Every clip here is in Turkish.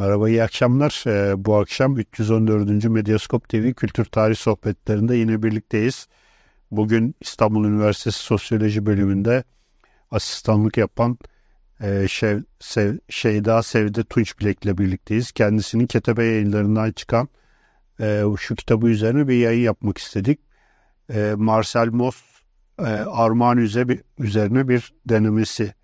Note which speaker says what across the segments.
Speaker 1: Merhaba, iyi akşamlar. Bu akşam 314. Medyaskop TV Kültür Tarih Sohbetlerinde yine birlikteyiz. Bugün İstanbul Üniversitesi Sosyoloji Bölümünde asistanlık yapan Şeyda Sevde Tunçbilek ile birlikteyiz. Kendisinin Ketebe Yayınlarından çıkan şu kitabı üzerine bir yayın yapmak istedik. Marcel Mauss Armağan üzerine bir denemesi.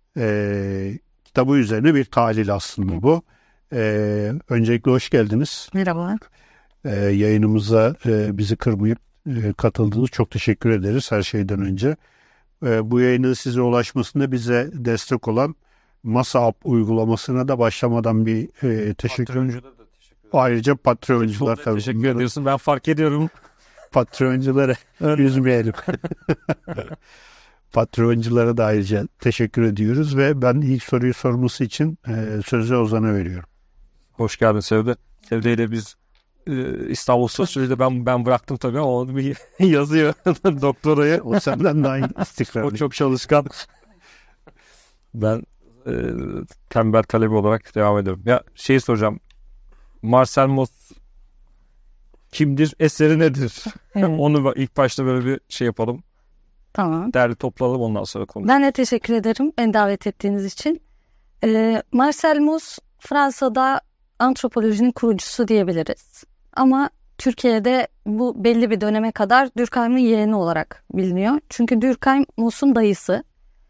Speaker 1: Kitabı üzerine bir tahlil aslında bu. Öncelikle hoş geldiniz.
Speaker 2: Merhaba.
Speaker 1: Yayınımıza bizi kırmayıp katıldığınız çok teşekkür ederiz her şeyden önce. Bu yayının size ulaşmasında bize destek olan Masa App uygulamasına da başlamadan bir teşekkür ederim. Ayrıca Patreoncular tabii.
Speaker 3: Teşekkür ediyorsun. Ben fark ediyorum.
Speaker 1: Patreonculara üzmeyelim. Patreonculara da ayrıca teşekkür ediyoruz ve ben ilk soruyu sorması için sözü Ozan'a veriyorum.
Speaker 3: Hoş geldin Sevde. Sevde ile biz İstanbul Sosyoloji'de ben bıraktım tabii ama onu bir yazıyor doktorayı.
Speaker 1: O senden daha istikrarlı.
Speaker 3: O çok çalışkan. Ben tembel talebi olarak devam ediyorum. Ya soracağım. Marcel Mauss kimdir? Eseri nedir? Onu ilk başta böyle bir yapalım.
Speaker 2: Tamam.
Speaker 3: Derli toplayalım, ondan sonra konuşalım.
Speaker 2: Ben de teşekkür ederim beni davet ettiğiniz için. Marcel Mauss Fransa'da antropolojinin kurucusu diyebiliriz. Ama Türkiye'de bu belli bir döneme kadar Durkheim'in yeğeni olarak biliniyor. Çünkü Durkheim Mauss'un dayısı.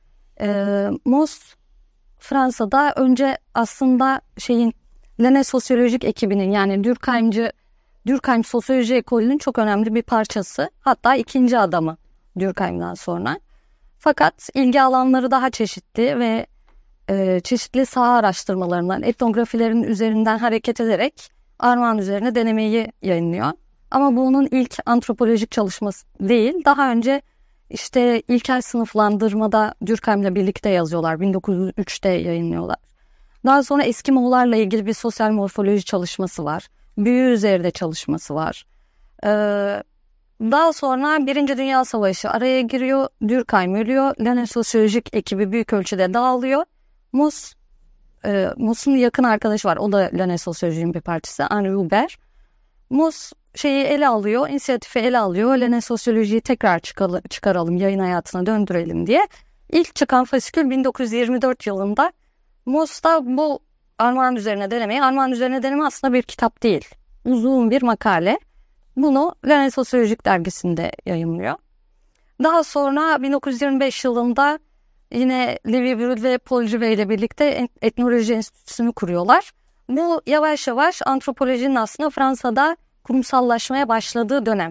Speaker 2: Mauss Fransa'da önce aslında Lene sosyolojik ekibinin, yani Durkheim sosyoloji ekolünün çok önemli bir parçası. Hatta ikinci adamı Durkheim'den sonra. Fakat ilgi alanları daha çeşitli ve çeşitli saha araştırmalarından, etnografilerin üzerinden hareket ederek Armağan üzerine denemeyi yayınlıyor. Ama bunun ilk antropolojik çalışması değil. Daha önce ilkel sınıflandırmada Durkheim'le birlikte yazıyorlar. 1903'te yayınlıyorlar. Daha sonra Eskimoğullarla ilgili bir sosyal morfoloji çalışması var. Büyü üzerinde çalışması var. Daha sonra Birinci Dünya Savaşı araya giriyor. Durkheim ölüyor. Lene sosyolojik ekibi büyük ölçüde dağılıyor. Mauss'un yakın arkadaşı var. O da Lene sosyolojinin bir parçası. Henri Hubert. Mauss ele alıyor. İnisiyatifi ele alıyor. Lene sosyolojiyi tekrar çıkaralım, yayın hayatına döndürelim diye. İlk çıkan fasikül 1924 yılında. Mauss da bu Armağan üzerine deneme aslında bir kitap değil. Uzun bir makale. Bunu Lene Sosyolojik dergisinde yayımlıyor. Daha sonra 1925 yılında yine Levi Brühl ve Paul Rivet ile birlikte Etnoloji Enstitüsü'nü kuruyorlar. Bu yavaş yavaş antropolojinin aslında Fransa'da kurumsallaşmaya başladığı dönem.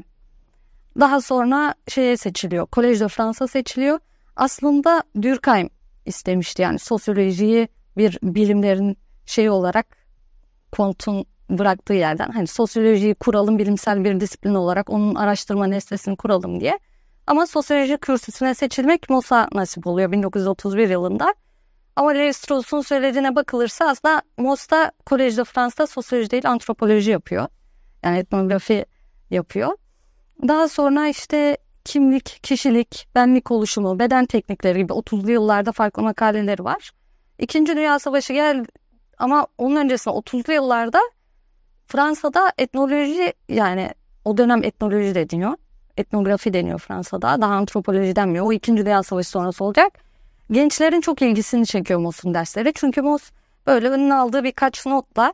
Speaker 2: Daha sonra seçiliyor, Collège de France seçiliyor. Aslında Durkheim istemişti, yani sosyolojiyi bir bilimlerin olarak Comte'un bıraktığı yerden, sosyolojiyi kuralım, bilimsel bir disiplin olarak onun araştırma nesnesini kuralım diye. Ama sosyoloji kürsüsüne seçilmek Mauss'a nasip oluyor 1931 yılında. Ama Lévi-Strauss'un söylediğine bakılırsa aslında Mauss da Collège de France'da sosyoloji değil antropoloji yapıyor. Yani etnografi yapıyor. Daha sonra kimlik, kişilik, benlik oluşumu, beden teknikleri gibi 30'lu yıllarda farklı makaleleri var. İkinci Dünya Savaşı geldi ama onun öncesinde 30'lu yıllarda Fransa'da etnoloji, yani o dönem etnoloji de deniyor. Etnografi deniyor Fransa'da. Daha antropoloji denmiyor. O 2. Dünya Savaşı sonrası olacak. Gençlerin çok ilgisini çekiyor Mauss'un dersleri. Çünkü Mauss böyle önüne aldığı birkaç notla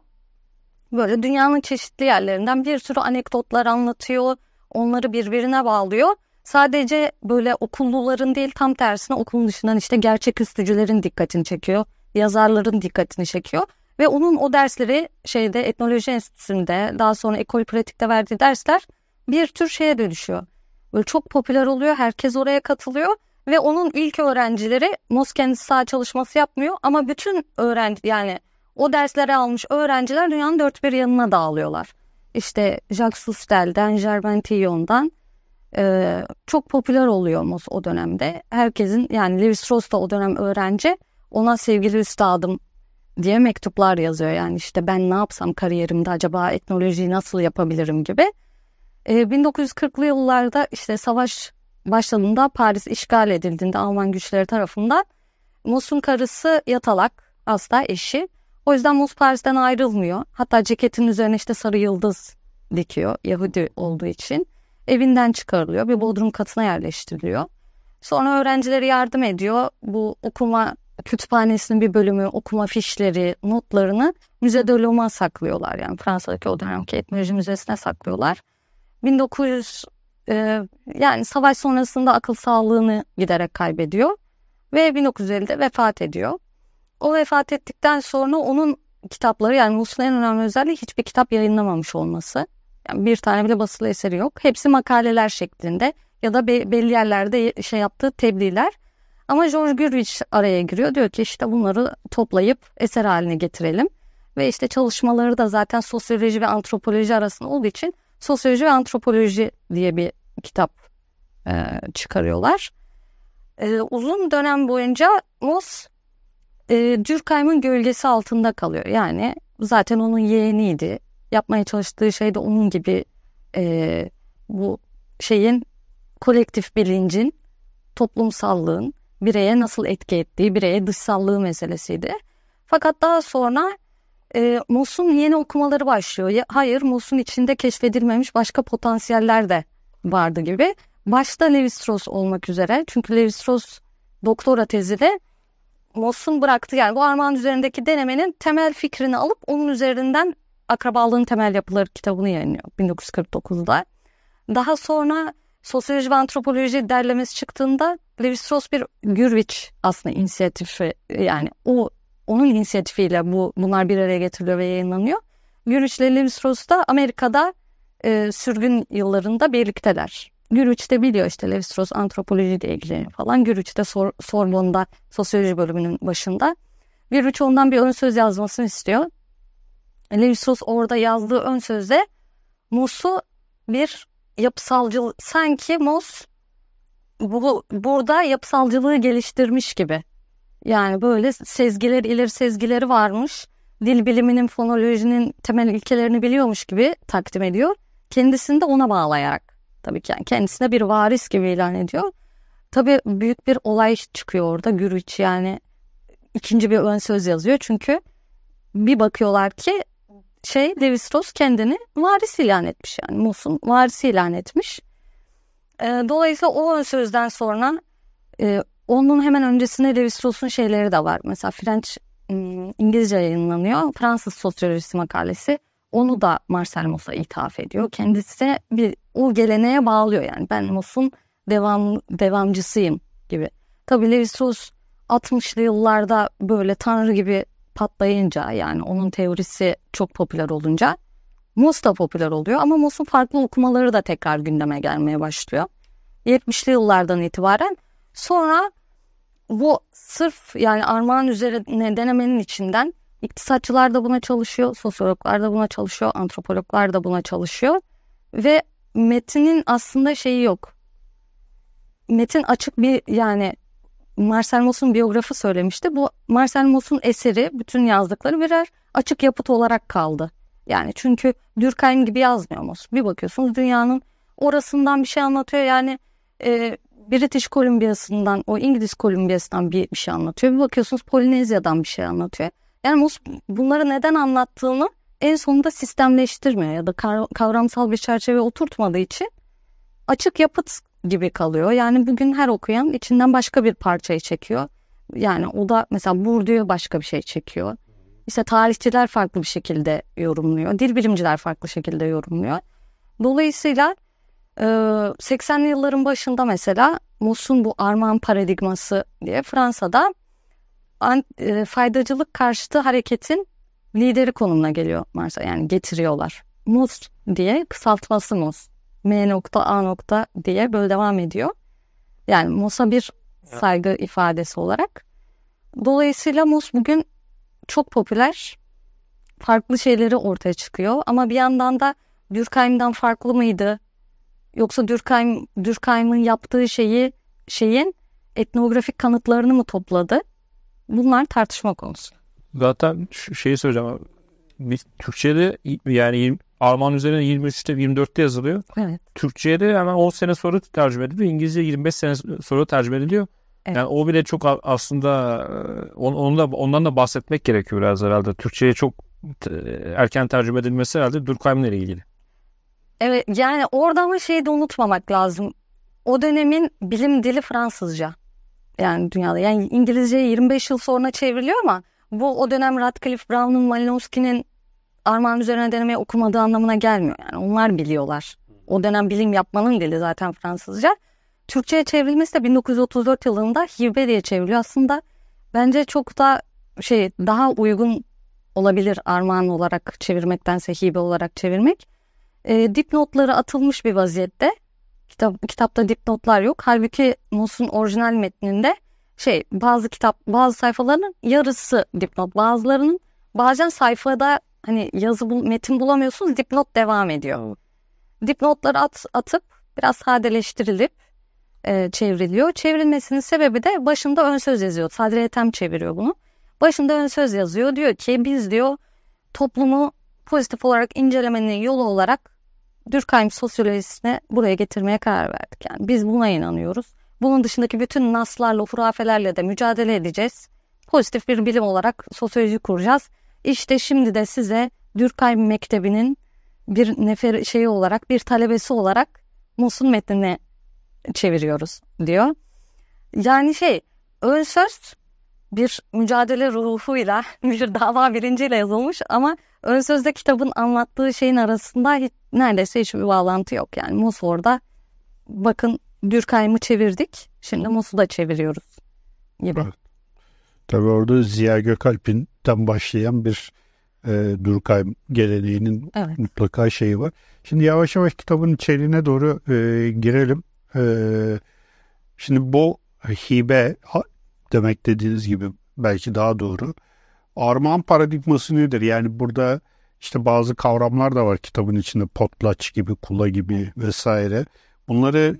Speaker 2: böyle dünyanın çeşitli yerlerinden bir sürü anekdotlar anlatıyor. Onları birbirine bağlıyor. Sadece böyle okulluların değil, tam tersine okulun dışından gerçeküstücülerin dikkatini çekiyor. Yazarların dikkatini çekiyor. Ve onun o dersleri Etnoloji Enstitüsü'nde, daha sonra Ekol Pratik'te verdiği dersler bir tür dönüşüyor. Böyle çok popüler oluyor. Herkes oraya katılıyor. Ve onun ilk öğrencileri, Mauss kendisi saha çalışması yapmıyor. Ama bütün yani o dersleri almış öğrenciler dünyanın dört bir yanına dağılıyorlar. Jacques Sustel'den, Germain Tillon'dan çok popüler oluyor Mauss o dönemde. Herkesin, yani Lévi-Strauss da o dönem öğrenci. Ona sevgili üstadım diye mektuplar yazıyor. Yani ben ne yapsam kariyerimde, acaba etnolojiyi nasıl yapabilirim gibi. 1940'lı yıllarda savaş başladığında, Paris işgal edildiğinde Alman güçleri tarafından Mauss'un karısı yatalak, hasta eşi. O yüzden Mus Paris'ten ayrılmıyor. Hatta ceketin üzerine işte sarı yıldız dikiyor Yahudi olduğu için. Evinden çıkarılıyor. Bir bodrum katına yerleştiriliyor. Sonra öğrencilere yardım ediyor. Bu okuma kütüphanesinin bir bölümü, okuma fişleri, notlarını Musée de l'Homme saklıyorlar. Yani Fransa'daki o dönemki etnoloji müzesine saklıyorlar. 1900 yani savaş sonrasında akıl sağlığını giderek kaybediyor. Ve 1950'de vefat ediyor. O vefat ettikten sonra onun kitapları, yani Mus'un en önemli özelliği hiçbir kitap yayınlamamış olması. Yani bir tane bile basılı eseri yok. Hepsi makaleler şeklinde ya da belli yerlerde yaptığı tebliğler. Ama George Gurwitch araya giriyor. Diyor ki işte bunları toplayıp eser haline getirelim. Ve işte çalışmaları da zaten sosyoloji ve antropoloji arasında olduğu için sosyoloji ve antropoloji diye bir kitap çıkarıyorlar. Uzun dönem boyunca Mus Durkheim'in gölgesi altında kalıyor. Yani zaten onun yeğeniydi. Yapmaya çalıştığı şey de onun gibi bu şeyin, kolektif bilincin, toplumsallığın bireye nasıl etki ettiği, bireye dışsallığı meselesiydi. Fakat daha sonra Mus'un yeni okumaları başlıyor. Hayır, Mus'un içinde keşfedilmemiş başka potansiyeller de vardı gibi. Başta Lévi-Strauss olmak üzere. Çünkü Lévi-Strauss doktora tezide Mus'un bıraktığı, yani bu armağan üzerindeki denemenin temel fikrini alıp onun üzerinden Akrabalığın Temel Yapıları kitabını yayınlıyor 1949'da. Daha sonra Sosyoloji ve Antropoloji derlemesi çıktığında Lévi-Strauss bir Gurwitch aslında inisiyatifi, yani onun inisiyatifiyle bunlar bir araya getiriliyor ve yayınlanıyor. Gurwitch ile Lévi-Strauss da Amerika'da sürgün yıllarında birlikteler. Gurwitch de biliyor işte Lévi-Strauss antropolojiyle ilgileniyor falan. Gurwitch de Sorbonne'da sosyoloji bölümünün başında. Gurwitch ondan bir ön söz yazmasını istiyor. Lévi-Strauss orada yazdığı ön sözde Mus'u bir yapısalcı, sanki Mus burada yapısalcılığı geliştirmiş gibi. Yani böyle ileri sezgileri varmış. Dil biliminin, fonolojinin temel ilkelerini biliyormuş gibi takdim ediyor. Kendisini de ona bağlayarak. Tabii ki yani kendisine bir varis gibi ilan ediyor. Tabii büyük bir olay çıkıyor orada. Gurwitch yani ikinci bir ön söz yazıyor. Çünkü bir bakıyorlar ki Lévi-Strauss kendini varis ilan etmiş. Yani Mus'un varisi ilan etmiş. Dolayısıyla o ön sözden sonra onun hemen öncesinde Lévi-Strauss'un şeyleri de var. Mesela İngilizce yayınlanıyor. Fransız sosyolojisi makalesi. Onu da Marcel Mauss'a ithaf ediyor. Kendisi o geleneğe bağlıyor. Yani ben Mauss'un devamcısıyım gibi. Tabii Lévi-Strauss 60'lı yıllarda böyle tanrı gibi patlayınca, yani onun teorisi çok popüler olunca Mauss da popüler oluyor. Ama Mauss'un farklı okumaları da tekrar gündeme gelmeye başlıyor. 70'li yıllardan itibaren. Sonra bu sırf yani armağan üzerine denemenin içinden iktisatçılar da buna çalışıyor, sosyologlar da buna çalışıyor, antropologlar da buna çalışıyor. Ve metinin aslında şeyi yok. Metin açık bir, yani Marcel Mauss'un biyografı söylemişti. Bu Marcel Mauss'un eseri, bütün yazdıkları birer açık yapıt olarak kaldı. Yani çünkü Durkheim gibi yazmıyor Mauss. Bir bakıyorsunuz dünyanın orasından bir şey anlatıyor. Yani British Columbia'sından, o İngiliz Columbia'sından bir şey anlatıyor. Bir bakıyorsunuz Polinezya'dan bir şey anlatıyor. Yani Mauss bunları neden anlattığını en sonunda sistemleştirmiyor ya da kavramsal bir çerçeve oturtmadığı için açık yapıt gibi kalıyor. Yani bugün her okuyan içinden başka bir parçayı çekiyor. Yani o da mesela Bourdieu başka bir şey çekiyor. İşte tarihçiler farklı bir şekilde yorumluyor. Dil bilimciler farklı şekilde yorumluyor. Dolayısıyla 80'li yılların başında mesela Mauss'un bu armağan paradigması diye Fransa'da faydacılık karşıtı hareketin lideri konumuna geliyor Marcel. Yani getiriyorlar. Mauss diye kısaltması Mauss. M.A. diye böyle devam ediyor. Yani Mauss'a bir saygı ifadesi olarak. Dolayısıyla Mauss bugün çok popüler. Farklı şeyleri ortaya çıkıyor. Ama bir yandan da Durkheim'den farklı mıydı? Yoksa Durkheim'in yaptığı şeyin etnografik kanıtlarını mı topladı? Bunlar tartışma konusu.
Speaker 3: Zaten şeyi söyleyeceğim. Türkçe'de yani Alman üzerine 23'te 24'te yazılıyor.
Speaker 2: Evet.
Speaker 3: Türkçe'ye de hemen 10 sene sonra tercüme ediliyor. İngilizce 25 sene sonra tercüme ediliyor.
Speaker 2: Evet.
Speaker 3: Yani o bile çok aslında ondan da bahsetmek gerekiyor biraz herhalde. Türkçe'ye çok erken tercüme edilmesi herhalde Durkheim'le ilgili.
Speaker 2: Evet, yani orada ama şeyi de unutmamak lazım. O dönemin bilim dili Fransızca. Yani dünyada. Yani İngilizceye 25 yıl sonra çevriliyor ama bu o dönem Radcliffe Brown'un, Malinowski'nin Armağan Üzerine Denemeyi okumadığı anlamına gelmiyor. Yani onlar biliyorlar. O dönem bilim yapmanın dili zaten Fransızca. Türkçe'ye çevrilmesi de 1934 yılında hibe diye çevriliyor. Aslında bence çok da daha uygun olabilir armağan olarak çevirmektense hibe olarak çevirmek. Dipnotları atılmış bir vaziyette. Kitapta dipnotlar yok. Halbuki Moss'un orijinal metninde bazı sayfaların yarısı dipnot. Bazılarının bazen sayfada hani metin bulamıyorsunuz, dipnot devam ediyor. Dipnotları atıp biraz sadeleştirilip çevriliyor. Çevrilmesinin sebebi de başında ön söz yazıyor. Sadri Ethem çeviriyor bunu. Başında ön söz yazıyor. Diyor ki biz diyor toplumu pozitif olarak incelemenin yolu olarak Durkheim sosyolojisine buraya getirmeye karar verdik. Yani biz buna inanıyoruz. Bunun dışındaki bütün naslarla, hurafelerle de mücadele edeceğiz. Pozitif bir bilim olarak sosyoloji kuracağız. İşte şimdi de size Durkheim mektebinin bir olarak, bir talebesi olarak Moss'un metnini çeviriyoruz diyor. Yani ön söz bir mücadele ruhuyla, bir dava bilinciyle yazılmış ama ön sözde kitabın anlattığı şeyin arasında neredeyse hiçbir bağlantı yok. Yani Moss orada bakın Durkheim'i çevirdik, şimdi Moss'u da çeviriyoruz gibi.
Speaker 1: Evet. Tabii orada Ziya Gökalp'ten başlayan bir Durkheim geleneğinin mutlaka şeyi var. Şimdi yavaş yavaş kitabın içeriğine doğru girelim. Şimdi bu hibe demek dediğiniz gibi belki daha doğru. Armağan paradigması nedir? Yani burada işte bazı kavramlar da var kitabın içinde. Potlatch gibi, kula gibi vesaire. Bunları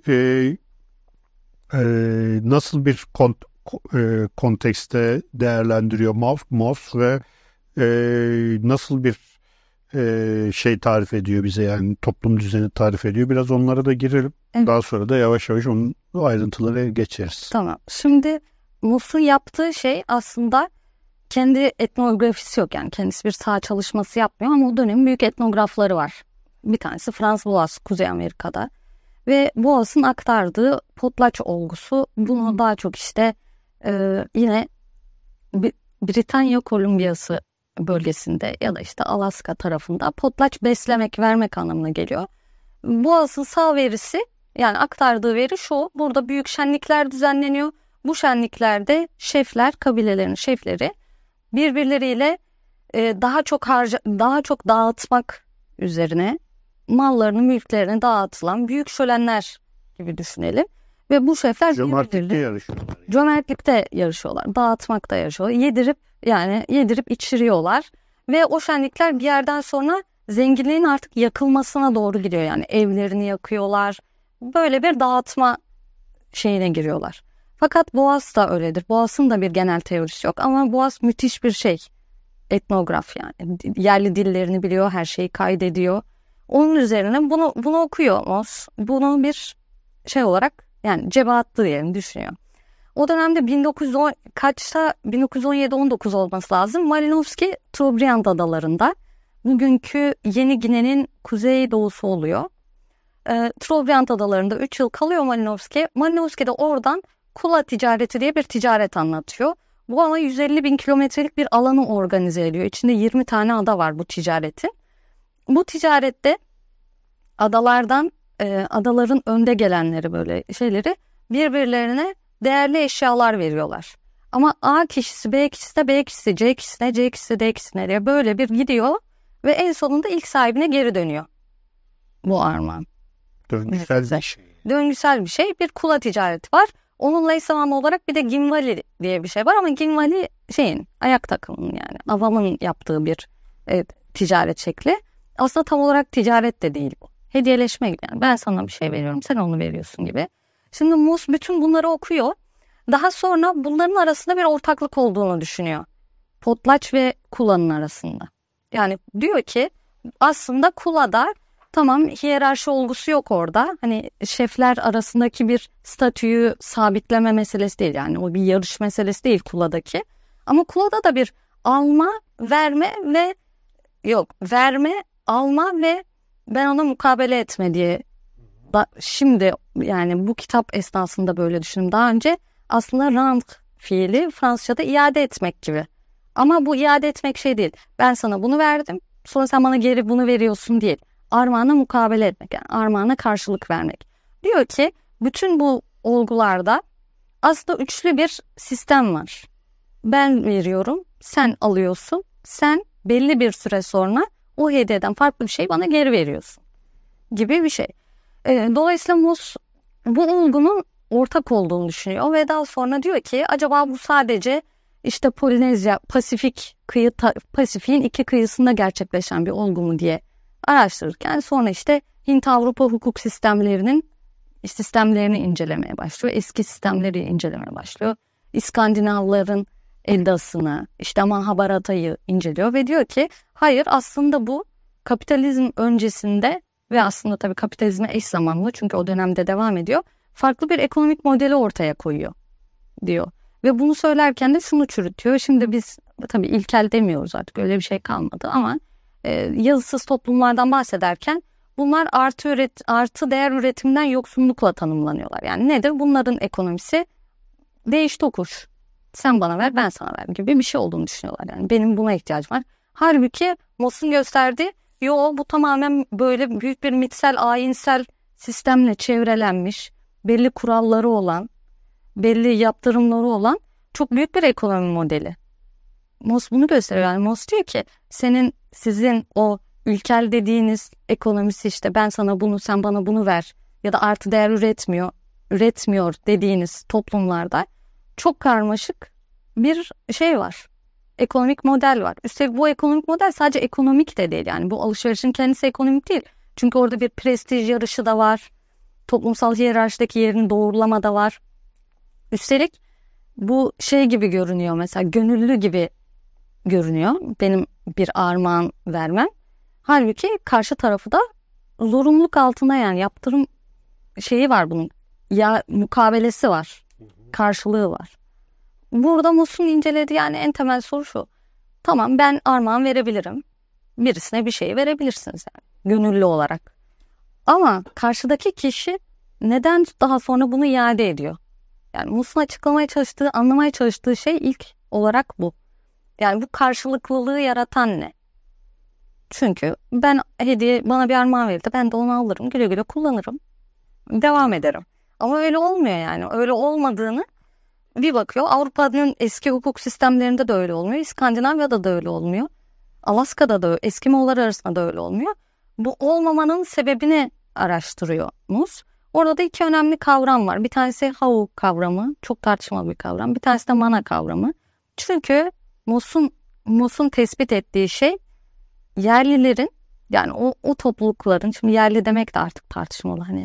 Speaker 1: nasıl bir kontekste değerlendiriyor Moss ve nasıl bir tarif ediyor bize, yani toplum düzeni tarif ediyor. Biraz onlara da girelim. Evet. Daha sonra da yavaş yavaş onun ayrıntılara geçeriz.
Speaker 2: Tamam. Şimdi Moss'un yaptığı şey aslında kendi etnografisi yok. Yani kendisi bir saha çalışması yapmıyor ama o dönemin büyük etnografları var. Bir tanesi Franz Boas, Kuzey Amerika'da. Ve Boas'ın aktardığı potlatch olgusu, bunu daha çok yine Britanya Kolumbiyası bölgesinde ya da Alaska tarafında potlatch beslemek, vermek anlamına geliyor. Boas'ın sağ verisi, yani aktardığı veri şu: burada büyük şenlikler düzenleniyor. Bu şenliklerde şefler, kabilelerin şefleri birbirleriyle daha çok dağıtmak üzerine mallarını, mülklerini dağıtılan büyük şölenler gibi düşünelim. Ve bu şefler cömertlikte yarışıyorlar. Dağıtmakta yarışıyorlar. Yedirip içiriyorlar. Ve o şenlikler bir yerden sonra zenginliğin artık yakılmasına doğru gidiyor. Yani evlerini yakıyorlar. Böyle bir dağıtma şeyine giriyorlar. Fakat Boas da öyledir. Boas'ın da bir genel teorisi yok. Ama Boas müthiş bir etnograf yani. Yerli dillerini biliyor, her şeyi kaydediyor. Onun üzerine bunu okuyor Moss. Bunu bir olarak, yani cebe attı diyelim, düşünüyor. O dönemde 1917-19 olması lazım. Malinowski Trobriand adalarında, bugünkü Yeni Gine'nin kuzeydoğusu oluyor. Trobriand adalarında 3 yıl kalıyor Malinowski. Malinowski de oradan kula ticareti diye bir ticaret anlatıyor. Bu ama 150 bin kilometrelik bir alanı organize ediyor. İçinde 20 tane ada var bu ticaretin. Bu ticarette adaların önde gelenleri, böyle birbirlerine değerli eşyalar veriyorlar. Ama A kişisi, B kişisi de B kişisi, C kişisine, C kişisi, D kişisine diye böyle bir gidiyor ve en sonunda ilk sahibine geri dönüyor bu armağan. Döngüsel bir şey. Bir kula ticareti var. Onunla eş zamanlı olarak bir de Ginvali diye bir şey var ama Ginvali ayak takımının, yani avamın yaptığı bir ticaret şekli. Aslında tam olarak ticaret de değil bu. Hediyeleşme gibi, yani ben sana bir şey veriyorum, sen onu veriyorsun gibi. Şimdi Moss bütün bunları okuyor. Daha sonra bunların arasında bir ortaklık olduğunu düşünüyor. Potlatch ve kulanın arasında. Yani diyor ki aslında kulada Tamam, hiyerarşi olgusu yok orada. Hani şefler arasındaki bir statüyü sabitleme meselesi değil. Yani o bir yarış meselesi değil Kula'daki. Ama Kula'da da bir verme, alma ve ben ona mukabele etme diye. Şimdi yani bu kitap esnasında böyle düşündüm. Daha önce aslında rend fiili Fransızca'da iade etmek gibi. Ama bu iade etmek şey değil. Ben sana bunu verdim, sonra sen bana geri bunu veriyorsun değil. Armağana mukabele etmek, yani armağana karşılık vermek. Diyor ki bütün bu olgularda aslında üçlü bir sistem var. Ben veriyorum, sen alıyorsun, sen belli bir süre sonra o hediyeden farklı bir şey bana geri veriyorsun gibi bir şey. Dolayısıyla Moss bu olgunun ortak olduğunu düşünüyor ve daha sonra diyor ki acaba bu sadece işte Polinezya, Pasifik'in iki kıyısında gerçekleşen bir olgu mu diye araştırırken sonra işte Hint-Avrupa hukuk sistemlerini incelemeye başlıyor. Eski sistemleri incelemeye başlıyor. İskandinavların Eddasını, işte Mahabharata'yı inceliyor ve diyor ki hayır, aslında bu kapitalizm öncesinde ve aslında tabii kapitalizme eş zamanlı, çünkü o dönemde devam ediyor, farklı bir ekonomik modeli ortaya koyuyor diyor. Ve bunu söylerken de şunu çürütüyor. Şimdi biz tabii ilkel demiyoruz, artık öyle bir şey kalmadı ama yazısız toplumlardan bahsederken bunlar artı değer üretimden yoksunlukla tanımlanıyorlar. Yani nedir? Bunların ekonomisi değiş tokuş. Sen bana ver, ben sana ver gibi bir şey olduğunu düşünüyorlar. Yani benim buna ihtiyacım var. Halbuki Moss'un gösterdiği bu tamamen böyle büyük bir mitsel, ayinsel sistemle çevrelenmiş, belli kuralları olan, belli yaptırımları olan çok büyük bir ekonomi modeli. Moss bunu gösteriyor. Yani Moss diyor ki sizin o ülkel dediğiniz ekonomisi, işte ben sana bunu, sen bana bunu ver ya da artı değer üretmiyor dediğiniz toplumlarda çok karmaşık bir şey var. Ekonomik model var. Üstelik bu ekonomik model sadece ekonomik de değil. Yani bu alışverişin kendisi ekonomik değil. Çünkü orada bir prestij yarışı da var. Toplumsal hiyerarşideki yerini doğrulama da var. Üstelik bu şey gibi görünüyor, mesela gönüllü gibi görünüyor benim bir armağan vermem. Halbuki karşı tarafı da zorunluluk altına, yani yaptırım şeyi var bunun. Ya mukabelesi var. Karşılığı var. Burada Moss'un incelediği yani en temel soru şu. Tamam, ben armağan verebilirim. Birisine bir şey verebilirsiniz yani gönüllü olarak. Ama karşıdaki kişi neden daha sonra bunu iade ediyor? Yani Moss'un anlamaya çalıştığı şey ilk olarak bu. Yani bu karşılıklılığı yaratan ne? Çünkü bana bir armağan verildi, ben de onu alırım, güle güle kullanırım, devam ederim. Ama öyle olmuyor yani. Öyle olmadığını bir bakıyor. Avrupa'nın eski hukuk sistemlerinde de öyle olmuyor. İskandinavya'da da öyle olmuyor. Alaska'da da, Eskimoğullar arasında da öyle olmuyor. Bu olmamanın sebebini araştırıyor Moss. Orada da iki önemli kavram var. Bir tanesi Hau kavramı, çok tartışmalı bir kavram. Bir tanesi de Mana kavramı. Çünkü Moss'un tespit ettiği şey yerlilerin, yani o toplulukların, şimdi yerli demek de artık tartışmalı, hani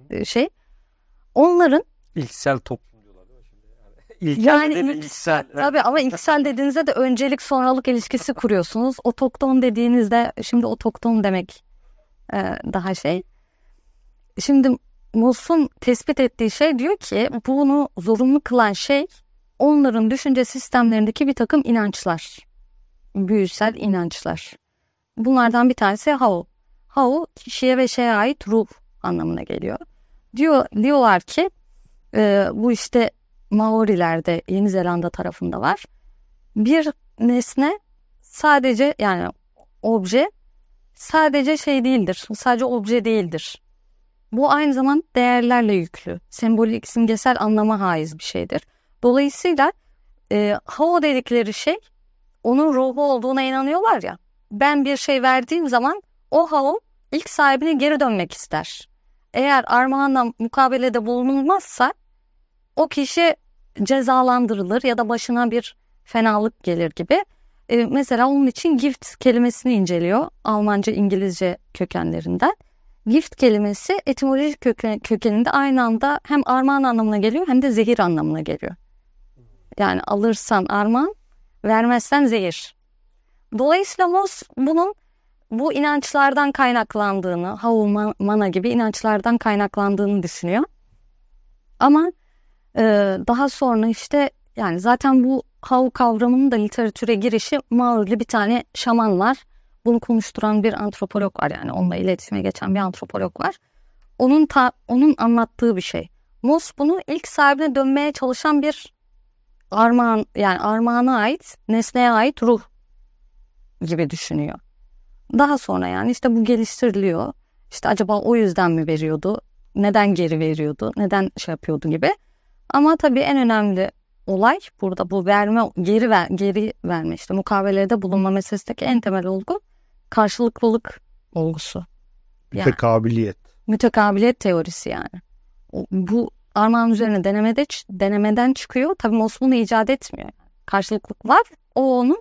Speaker 2: onların
Speaker 3: İlksel toplum diyorlar değil mi şimdi? Yani ilksel.
Speaker 2: Tabii, ama ilksel dediğinizde de öncelik sonralık ilişkisi kuruyorsunuz. Otokton dediğinizde şimdi otokton demek daha şey. Şimdi Moss'un tespit ettiği şey, diyor ki bunu zorunlu kılan şey onların düşünce sistemlerindeki bir takım inançlar. Büyüsel inançlar. Bunlardan bir tanesi Hau. Hau, kişiye ve şeye ait ruh anlamına geliyor. Diyorlar ki bu işte Maorilerde, Yeni Zelanda tarafında var. Bir nesne sadece, yani obje sadece şey değildir. Sadece obje değildir. Bu aynı zamanda değerlerle yüklü. Sembolik, simgesel anlama haiz bir şeydir. Dolayısıyla Hau dedikleri şey, onun ruhu olduğuna inanıyorlar ya. Ben bir şey verdiğim zaman o Hau ilk sahibine geri dönmek ister. Eğer armağanla mukabelede bulunulmazsa o kişi cezalandırılır ya da başına bir fenalık gelir gibi. Mesela onun için gift kelimesini inceliyor. Almanca, İngilizce kökenlerinden. Gift kelimesi etimolojik kökeninde aynı anda hem armağan anlamına geliyor hem de zehir anlamına geliyor. Yani alırsan armağan, vermezsen zehir. Dolayısıyla Moss bunun bu inançlardan kaynaklandığını, Hao Mana gibi inançlardan kaynaklandığını düşünüyor. Ama daha sonra işte yani zaten bu Hao kavramının da literatüre girişi Maorili bir tane şaman var. Bunu konuşturan bir antropolog var, yani onunla iletişime geçen bir antropolog var. Onun anlattığı bir şey. Moss bunu ilk sahibine dönmeye çalışan bir armağan, yani armağana ait, nesneye ait ruh gibi düşünüyor. Daha sonra yani işte bu geliştiriliyor. İşte acaba o yüzden mi veriyordu? Neden geri veriyordu? Neden şey yapıyordu gibi. Ama tabii en önemli olay burada bu geri verme, işte mukavelede bulunma meselesindeki en temel olgu karşılıklılık olgusu. Yani, mütekabiliyet teorisi yani. Bu armağan üzerine denemeden çıkıyor. Tabii Moss bunu icat etmiyor. Karşılıklılık var. O onu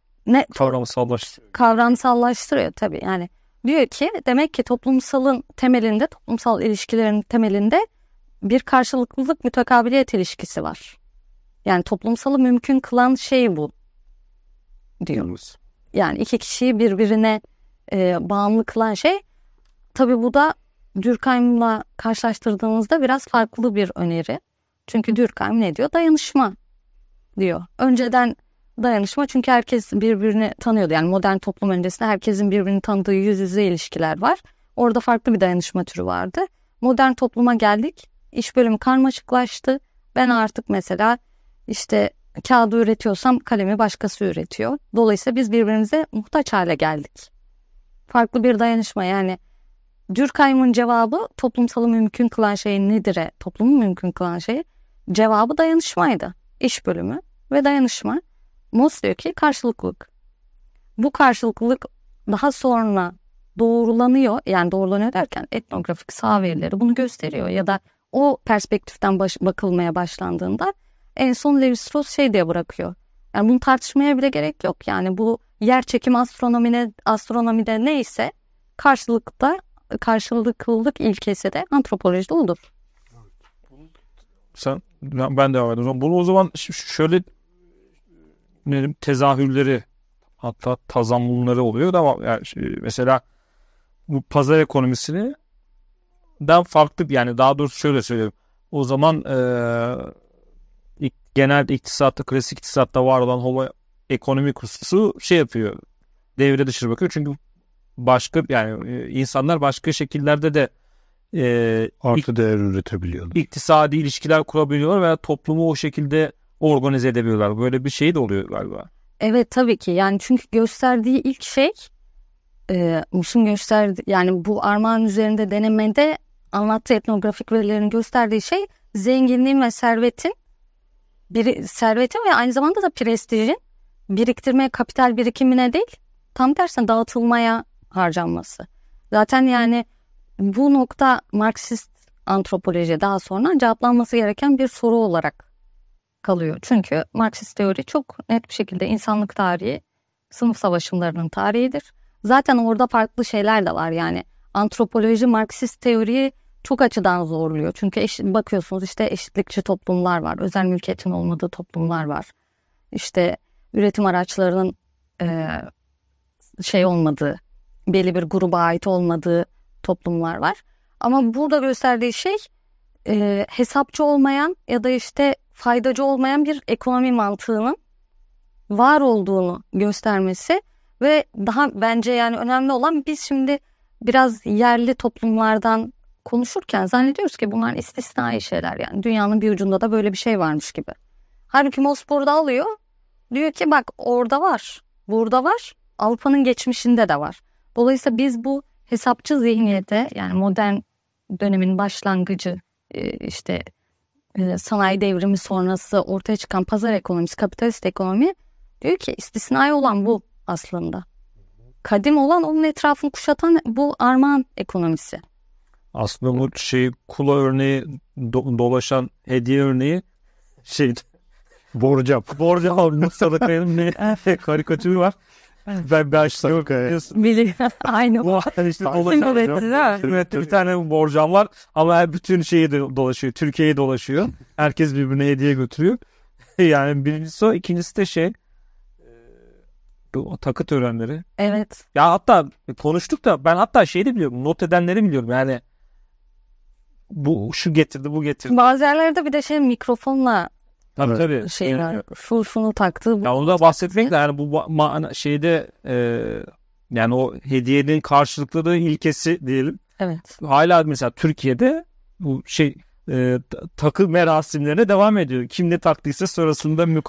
Speaker 2: kavramsallaştırıyor tabii. Yani diyor ki demek ki toplumsal ilişkilerin temelinde bir karşılıklılık mütekabiliyet ilişkisi var. Yani toplumsalı mümkün kılan şey bu diyor. Yani iki kişiyi birbirine bağımlı kılan şey. Tabii bu da Durkheim'la karşılaştırdığımızda biraz farklı bir öneri. Çünkü Durkheim ne diyor? Dayanışma diyor. Önceden dayanışma, çünkü herkes birbirini tanıyordu. Yani modern toplum öncesinde herkesin birbirini tanıdığı yüz yüze ilişkiler var. Orada farklı bir dayanışma türü vardı. Modern topluma geldik. İş bölümü karmaşıklaştı. Ben artık mesela işte kağıdı üretiyorsam kalemi başkası üretiyor. Dolayısıyla biz birbirimize muhtaç hale geldik. Farklı bir dayanışma, yani Durkheim'in cevabı toplumsalı mümkün kılan şey nedir'e, toplumu mümkün kılan şey cevabı dayanışmaydı. İş bölümü ve dayanışma. Moss diyor ki karşılıklılık. Bu karşılıklılık daha sonra doğrulanıyor. Yani doğrulanıyor derken etnografik saha verileri bunu gösteriyor. Ya da o perspektiften bakılmaya başlandığında en son Lévi-Strauss şey diye bırakıyor. Yani bunu tartışmaya bile gerek yok. Yani bu yer çekimi astronomide neyse karşılıklılık ilkesi de antropolojide odur.
Speaker 3: Ben devam edeyim. Bunu o zaman şöyle tezahürleri, hatta tazammumları oluyor da, ama yani mesela bu pazar ekonomisini farklı, yani daha doğrusu şöyle söyleyeyim. O zaman genel iktisatta, klasik iktisatta var olan homo economicus'u şey yapıyor, devre dışı bakıyor. Çünkü başka, yani insanlar başka şekillerde de
Speaker 1: artı değer üretebiliyorlar.
Speaker 3: İktisadi ilişkiler kurabiliyorlar veya toplumu o şekilde organize edebiliyorlar. Böyle bir şey de oluyor galiba.
Speaker 2: Evet, tabii ki. Yani çünkü gösterdiği ilk şey Moss'un gösterdiği, yani bu armağan üzerinde denemede anlattığı etnografik verilerin gösterdiği şey zenginliğin ve servetin ve aynı zamanda da prestijin biriktirmeye, kapital birikimine değil, tam tersine dağıtılmaya harcanması. Zaten yani bu nokta Marksist antropoloji daha sonra cevaplanması gereken bir soru olarak kalıyor. Çünkü Marksist teori çok net bir şekilde insanlık tarihi, sınıf savaşımlarının tarihidir. Zaten orada farklı şeyler de var. Yani antropoloji Marksist teoriyi çok açıdan zorluyor. Çünkü bakıyorsunuz işte eşitlikçi toplumlar var. Özel mülkiyetin olmadığı toplumlar var. İşte üretim araçlarının olmadığı, belli bir gruba ait olmadığı toplumlar var. Ama burada gösterdiği şey hesapçı olmayan ya da işte faydacı olmayan bir ekonomi mantığının var olduğunu göstermesi ve daha bence yani önemli olan, biz şimdi biraz yerli toplumlardan konuşurken zannediyoruz ki bunlar istisnai şeyler, yani dünyanın bir ucunda da böyle bir şey varmış gibi. Halbuki Moss burada alıyor, diyor ki bak orada var, burada var, Avrupa'nın geçmişinde de var. Dolayısıyla biz bu hesapçı zihniyete, yani modern dönemin başlangıcı, işte sanayi devrimi sonrası ortaya çıkan pazar ekonomisi, kapitalist ekonomi, diyor ki istisnai olan bu aslında. Kadim olan, onun etrafını kuşatan bu armağan ekonomisi.
Speaker 3: Aslında bu kula örneği, dolaşan hediye örneği
Speaker 1: borcam
Speaker 3: sadakayım ne karikatürü var. Ben
Speaker 2: biliyorum. Aynı.
Speaker 3: Bu işte dolaşan. Bir tane borcam var ama bütün şeyi de dolaşıyor. Türkiye'yi dolaşıyor. Herkes birbirine hediye götürüyor. Yani birincisi o. İkincisi de Bu takı törenleri.
Speaker 2: Evet.
Speaker 3: Ya hatta konuştuk da ben hatta şeyi de biliyorum. Not edenleri biliyorum. Yani bu şu getirdi, bu getirdi.
Speaker 2: Bazı yerlerde bir de mikrofonla
Speaker 3: Tabii.
Speaker 2: şeyler şunu taktı.
Speaker 3: Ya onu da bahsetmek de yani bu şeyde yani o hediyenin karşılıklılığı ilkesi diyelim.
Speaker 2: Evet.
Speaker 3: Hala mesela Türkiye'de bu takı merasimlerine devam ediyor. Kim ne taktıysa sonrasında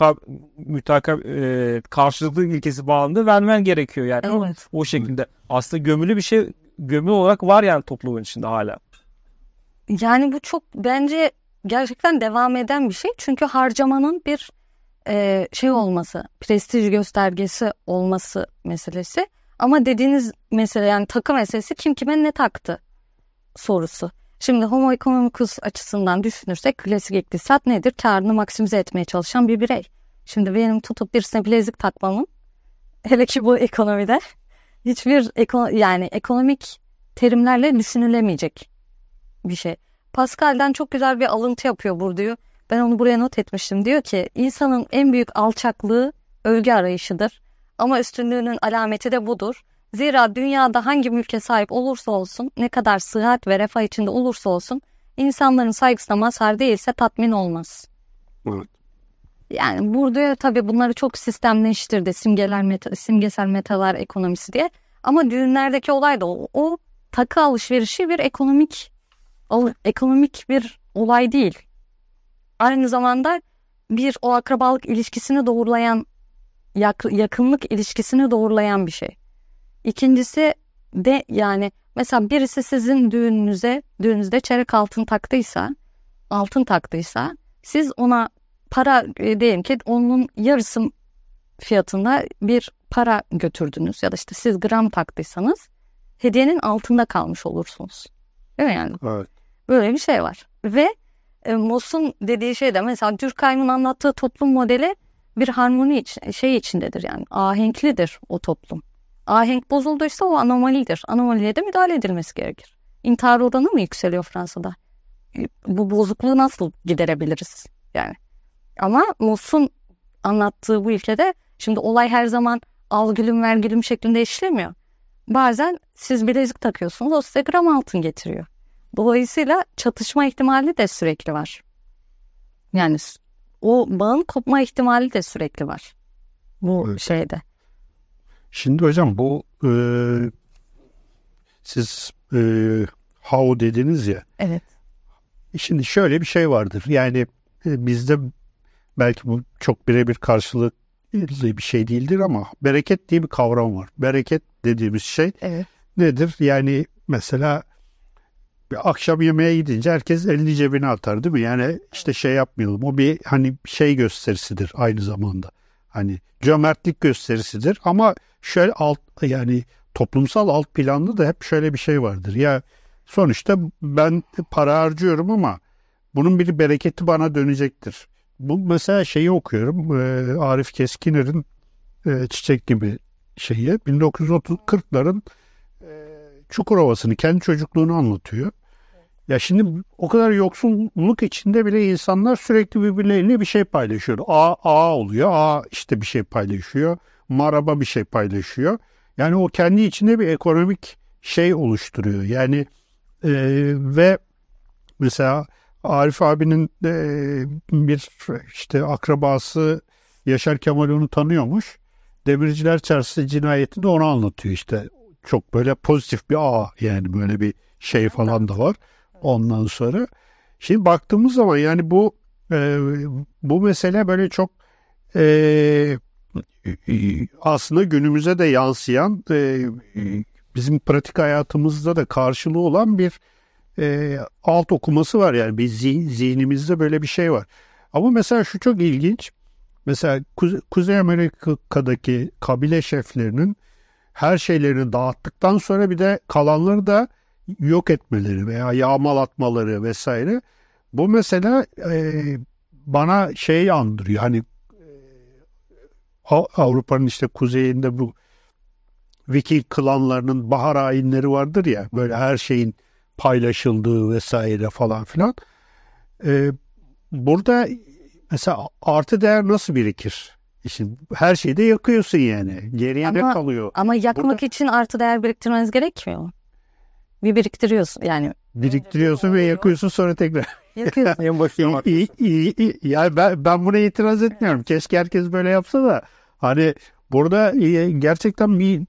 Speaker 3: karşılıklı ilkesi bağlamında vermen gerekiyor yani.
Speaker 2: Evet.
Speaker 3: O şekilde. Aslında gömülü bir şey, gömülü olarak var yani toplumun içinde hala.
Speaker 2: Yani bu çok bence gerçekten devam eden bir şey. Çünkü harcamanın bir şey olması, prestij göstergesi olması meselesi. Ama dediğiniz mesele, yani takı meselesi, kim kime ne taktı sorusu. Şimdi homo economicus açısından düşünürsek klasik iktisat nedir? Karını maksimize etmeye çalışan bir birey. Şimdi benim tutup birisine bilezik takmamın, hele ki bu ekonomide, hiçbir yani ekonomik terimlerle düşünülemeyecek bir şey. Pascal'den çok güzel bir alıntı yapıyor burada diyor. Ben onu buraya not etmiştim. Diyor ki insanın en büyük alçaklığı övgü arayışıdır. Ama üstünlüğünün alameti de budur. Zira dünyada hangi mülke sahip olursa olsun, ne kadar sıhhat ve refah içinde olursa olsun, insanların saygısına mazhar değilse tatmin olmaz.
Speaker 1: Evet.
Speaker 2: Yani burada tabii bunları çok sistemleştirdi. Simgesel metalar ekonomisi diye. Ama düğünlerdeki olay da o takı alışverişi bir ekonomik bir olay değil. Aynı zamanda bir o akrabalık ilişkisini doğrulayan, yakınlık ilişkisini doğrulayan bir şey. İkincisi de yani mesela birisi sizin düğününüzde çeyrek altın taktıysa siz ona para, diyelim ki onun yarısı fiyatında bir para götürdünüz ya da işte siz gram taktıysanız hediyenin altında kalmış olursunuz. Değil mi yani?
Speaker 1: Evet.
Speaker 2: Böyle bir şey var. Ve Moss'un dediği şey de mesela Durkheim'in anlattığı toplum modeli bir harmoni içindedir yani. Ahenklidir o toplum. Ahenk bozulduysa o anomalidir. Anomaliye de müdahale edilmesi gerekir. İntihar oranı mı yükseliyor Fransa'da? Bu bozukluğu nasıl giderebiliriz? Yani. Ama Moss'un anlattığı bu ülkede şimdi olay her zaman al gülüm ver gülüm şeklinde işlemiyor. Bazen siz bilezik takıyorsunuz, o size gram altın getiriyor. Dolayısıyla çatışma ihtimali de sürekli var. Yani o bağın kopma ihtimali de sürekli var. Bu evet. Şeyde.
Speaker 1: Şimdi hocam bu siz how dediniz ya.
Speaker 2: Evet.
Speaker 1: Şimdi şöyle bir şey vardır. Yani bizde belki bu çok birebir karşılıklı bir şey değildir ama bereket diye bir kavram var. Bereket dediğimiz şey nedir? Yani mesela bir akşam yemeğe gidince herkes elini cebine atar değil mi? Yani işte şey yapmayalım. O bir hani şey gösterisidir aynı zamanda. Hani cömertlik gösterisidir ama şöyle yani toplumsal alt planda da hep şöyle bir şey vardır. Ya sonuçta ben para harcıyorum ama bunun bir bereketi bana dönecektir. Bu mesela şeyi okuyorum. Arif Keskiner'in Çiçek gibi şeyi 1940'ların Çukurova'sını, kendi çocukluğunu anlatıyor. Ya şimdi o kadar yoksulluk içinde bile insanlar sürekli birbirleriyle bir şey paylaşıyor. A oluyor. A işte bir şey paylaşıyor. Maraba bir şey paylaşıyor. Yani o kendi içinde bir ekonomik şey oluşturuyor. Yani ve mesela Arif abinin bir işte akrabası Yaşar Kemal onu tanıyormuş. Demirciler Çarşısı cinayetini onu anlatıyor işte. Çok böyle pozitif bir yani böyle bir şey falan da var. Ondan sonra şimdi baktığımız zaman yani bu mesele böyle çok aslında günümüze de yansıyan bizim pratik hayatımızda da karşılığı olan bir alt okuması var yani bir zihnimizde böyle bir şey var. Ama mesela şu çok ilginç. Mesela Kuzey Amerika'daki kabile şeflerinin her şeylerini dağıttıktan sonra bir de kalanları da yok etmeleri veya yağmalatmaları vesaire. Bu mesela bana şeyi andırıyor. Hani Avrupa'nın işte kuzeyinde bu Viking klanlarının bahar ayinleri vardır ya. Böyle her şeyin paylaşıldığı vesaire falan filan. Burada mesela artı değer nasıl birikir? İşte her şeyi de yakıyorsun yani. Geriye ne kalıyor?
Speaker 2: Ama yakmak için artı değer biriktirmeniz gerekmiyor. Bir biriktiriyorsun yani.
Speaker 1: Biriktiriyorsun ve yakıyorsun, sonra tekrar.
Speaker 2: Yakıyorsun.
Speaker 3: En başına
Speaker 1: Yani ben buna itiraz etmiyorum. Keşke herkes böyle yapsa da. Hani burada gerçekten bir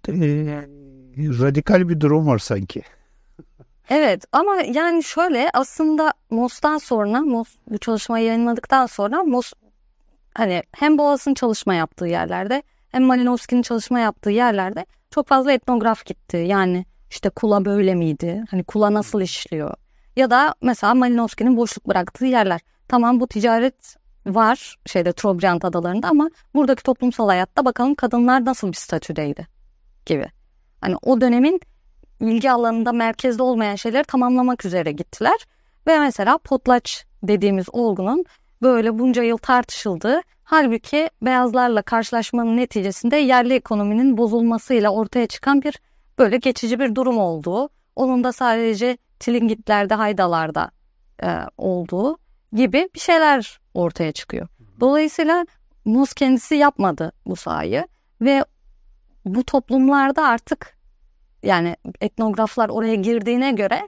Speaker 1: radikal bir durum var sanki.
Speaker 2: Evet ama yani şöyle, aslında MOS'tan sonra, bu çalışmayı yayınladıktan sonra MOS hani hem Boğaz'ın çalışma yaptığı yerlerde hem Malinowski'nin çalışma yaptığı yerlerde çok fazla etnograf gitti. Yani işte kula böyle miydi? Hani kula nasıl işliyor? Ya da mesela Malinowski'nin boşluk bıraktığı yerler. Tamam, bu ticaret var Trobriand adalarında ama buradaki toplumsal hayatta bakalım kadınlar nasıl bir statüdeydi gibi. Hani o dönemin ilgi alanında merkezde olmayan şeyleri tamamlamak üzere gittiler. Ve mesela potlaç dediğimiz olgunun böyle bunca yıl tartışıldığı, halbuki beyazlarla karşılaşmanın neticesinde yerli ekonominin bozulmasıyla ortaya çıkan bir böyle geçici bir durum olduğu, onun da sadece Tlingitler'de, Haydalar'da olduğu gibi bir şeyler ortaya çıkıyor. Dolayısıyla MOS kendisi yapmadı bu sahayı ve bu toplumlarda artık yani etnograflar oraya girdiğine göre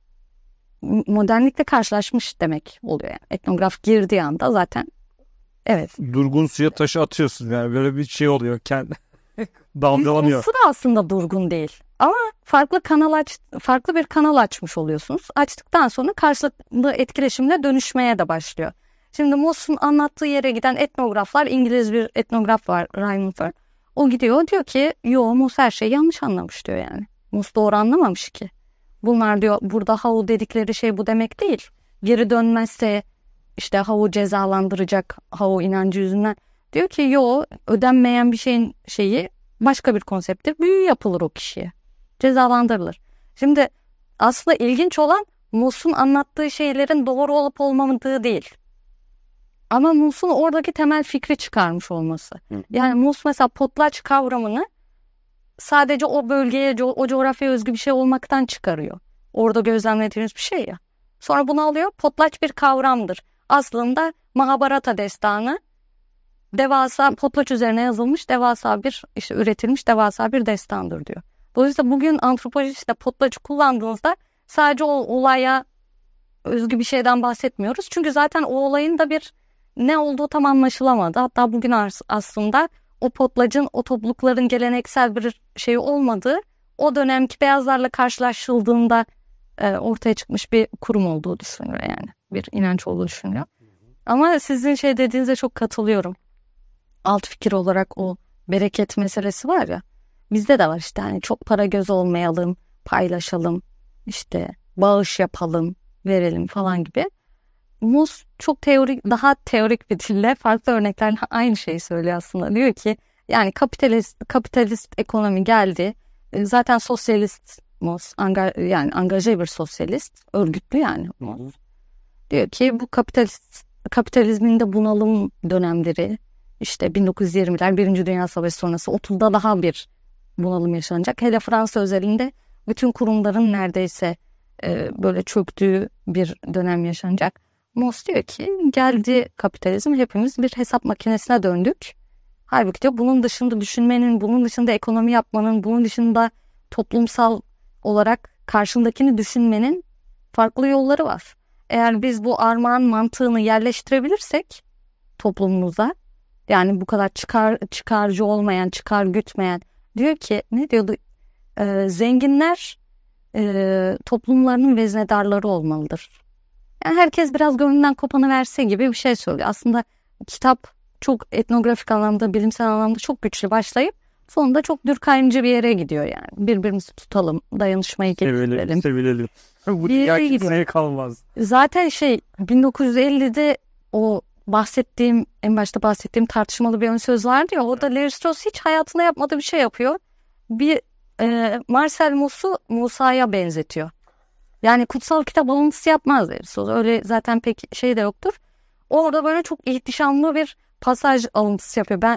Speaker 2: modernlikle karşılaşmış demek oluyor. Yani etnograf girdiği anda zaten evet.
Speaker 3: Durgun suya taşı atıyorsun yani, böyle bir şey oluyor. Kendi dalgalanıyor.
Speaker 2: Su da aslında durgun değil. Ama farklı bir kanal açmış oluyorsunuz. Açtıktan sonra karşılıklı etkileşimle dönüşmeye de başlıyor. Şimdi MOS'un anlattığı yere giden etnograflar, İngiliz bir etnograf var, Raymond Fern. O gidiyor, diyor ki MOS her şeyi yanlış anlamış diyor yani. MOS doğru anlamamış ki. Bunlar diyor burada Hau dedikleri şey bu demek değil. Geri dönmezse işte Hau cezalandıracak, Hau inancı yüzünden. Diyor ki ödenmeyen bir şeyin şeyi başka bir konsepttir. Büyü yapılır o kişiye. Cezalandırılır. Şimdi aslında ilginç olan MOS'un anlattığı şeylerin doğru olup olmadığı değil. Ama MOS'un oradaki temel fikri çıkarmış olması. Yani MOS mesela potlaç kavramını sadece o bölgeye, o coğrafyaya özgü bir şey olmaktan çıkarıyor. Orada gözlemlediğiniz bir şey ya. Sonra bunu alıyor, potlaç bir kavramdır. Aslında Mahabharata destanı devasa, potlaç üzerine yazılmış devasa bir, üretilmiş devasa bir destandır diyor. Dolayısıyla bugün antropolojide potlaçı kullandığınızda sadece o olaya özgü bir şeyden bahsetmiyoruz. Çünkü zaten o olayın da bir ne olduğu tam anlaşılamadı. Hatta bugün aslında o potlacın, o toplulukların geleneksel bir şey olmadığı, o dönemki beyazlarla karşılaşıldığında ortaya çıkmış bir kurum olduğu düşünülüyor yani. Bir inanç olduğu düşünülüyor. Ama sizin dediğinize çok katılıyorum. Alt fikir olarak o bereket meselesi var ya. Bizde de var işte, hani çok para göz olmayalım, paylaşalım, işte bağış yapalım, verelim falan gibi. MOS çok daha teorik bir dille, farklı örneklerle aynı şeyi söylüyor aslında. Diyor ki yani kapitalist ekonomi geldi. Zaten sosyalist MOS, yani angaje bir sosyalist, örgütlü yani MOS. Diyor ki bu kapitalizmin de bunalım dönemleri, işte 1920'ler, Birinci Dünya Savaşı sonrası 30'da daha bir bunalım yaşanacak. Hele Fransa özelinde bütün kurumların neredeyse böyle çöktüğü bir dönem yaşanacak. MOS diyor ki geldi kapitalizm, hepimiz bir hesap makinesine döndük. Halbuki diyor bunun dışında düşünmenin, bunun dışında ekonomi yapmanın, bunun dışında toplumsal olarak karşındakini düşünmenin farklı yolları var. Eğer biz bu armağan mantığını yerleştirebilirsek toplumumuza, yani bu kadar çıkarcı olmayan, çıkar gütmeyen, diyor ki ne diyordu? Zenginler toplumlarının veznedarları olmalıdır. Yani herkes biraz gönlünden kopanı verse gibi bir şey söylüyor. Aslında kitap çok etnografik anlamda, bilimsel anlamda çok güçlü başlayıp sonunda çok dürkayımcı bir yere gidiyor yani. Birbirimizi tutalım, dayanışmayı geliştirelim.
Speaker 3: Sevilelim. Bu dünya kimseye kalmaz.
Speaker 2: Zaten 1950'de o en başta bahsettiğim tartışmalı bir ön söz vardı ya, orada Lévi-Strauss hiç hayatında yapmadığı bir şey yapıyor. Bir Marcel Mauss'u Musa'ya benzetiyor. Yani kutsal kitap alıntısı yapmaz Lévi-Strauss. Öyle zaten pek şey de yoktur. Orada böyle çok ihtişamlı bir pasaj alıntısı yapıyor. Ben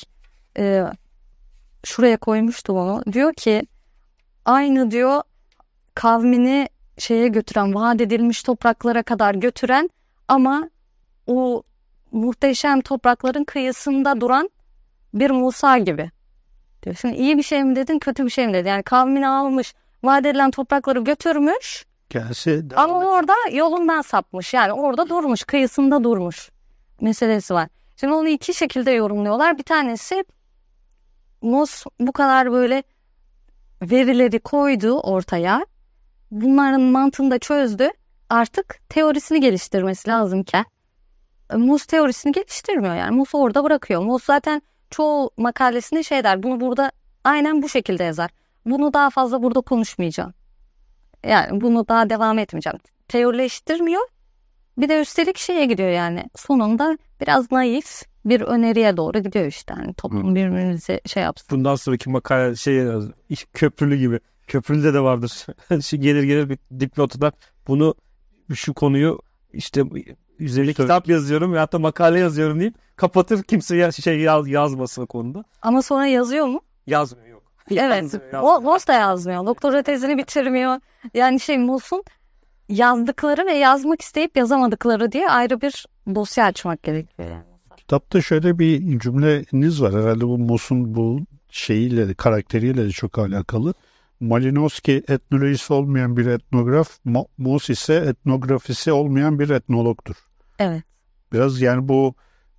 Speaker 2: şuraya koymuştum onu. Diyor ki aynı diyor kavmini götüren, vaat edilmiş topraklara kadar götüren ama o muhteşem toprakların kıyısında duran bir Musa gibi diyor. Şimdi iyi bir şey mi dedin, kötü bir şey mi dedin? Yani kavmini almış, vaat edilen toprakları götürmüş ama orada yolundan sapmış. Yani orada durmuş, kıyısında durmuş meselesi var. Şimdi onu iki şekilde yorumluyorlar. Bir tanesi Mos bu kadar böyle verileri koydu ortaya. Bunların mantığını da çözdü. Artık teorisini geliştirmesi lazımken Mos teorisini geliştirmiyor yani. Mos'u orada bırakıyor. Mos zaten çoğu makalesinde şey der. Bunu burada aynen bu şekilde yazar. Bunu daha fazla burada konuşmayacağım. Yani bunu daha devam etmeyeceğim. Teorileştirmiyor. Bir de üstelik şeye gidiyor yani. Sonunda biraz naif bir öneriye doğru gidiyor işte. Yani toplum birbirimize şey yapsın.
Speaker 3: Bundan sonraki makale köprülü gibi. Köprülüde de vardır. gelir bir dipnotadan bunu şu konuyu işte üzerine kitap yazıyorum veyahut da makale yazıyorum deyip kapatır, kimse yazmasın o konuda.
Speaker 2: Ama sonra yazıyor mu?
Speaker 3: Yazmıyor, yok.
Speaker 2: Evet. Mos da yazmıyor. Doktora tezini bitirmiyor. Yani Mos'un yazdıkları ve yazmak isteyip yazamadıkları diye ayrı bir dosya açmak gerekiyor. Yani.
Speaker 1: Kitapta şöyle bir cümleniz var. Herhalde bu Mos'un bu şeyiyle, karakteriyle de çok alakalı. Malinowski etnolojisi olmayan bir etnograf, Mos ise etnografisi olmayan bir etnologdur.
Speaker 2: Evet.
Speaker 1: Biraz yani bu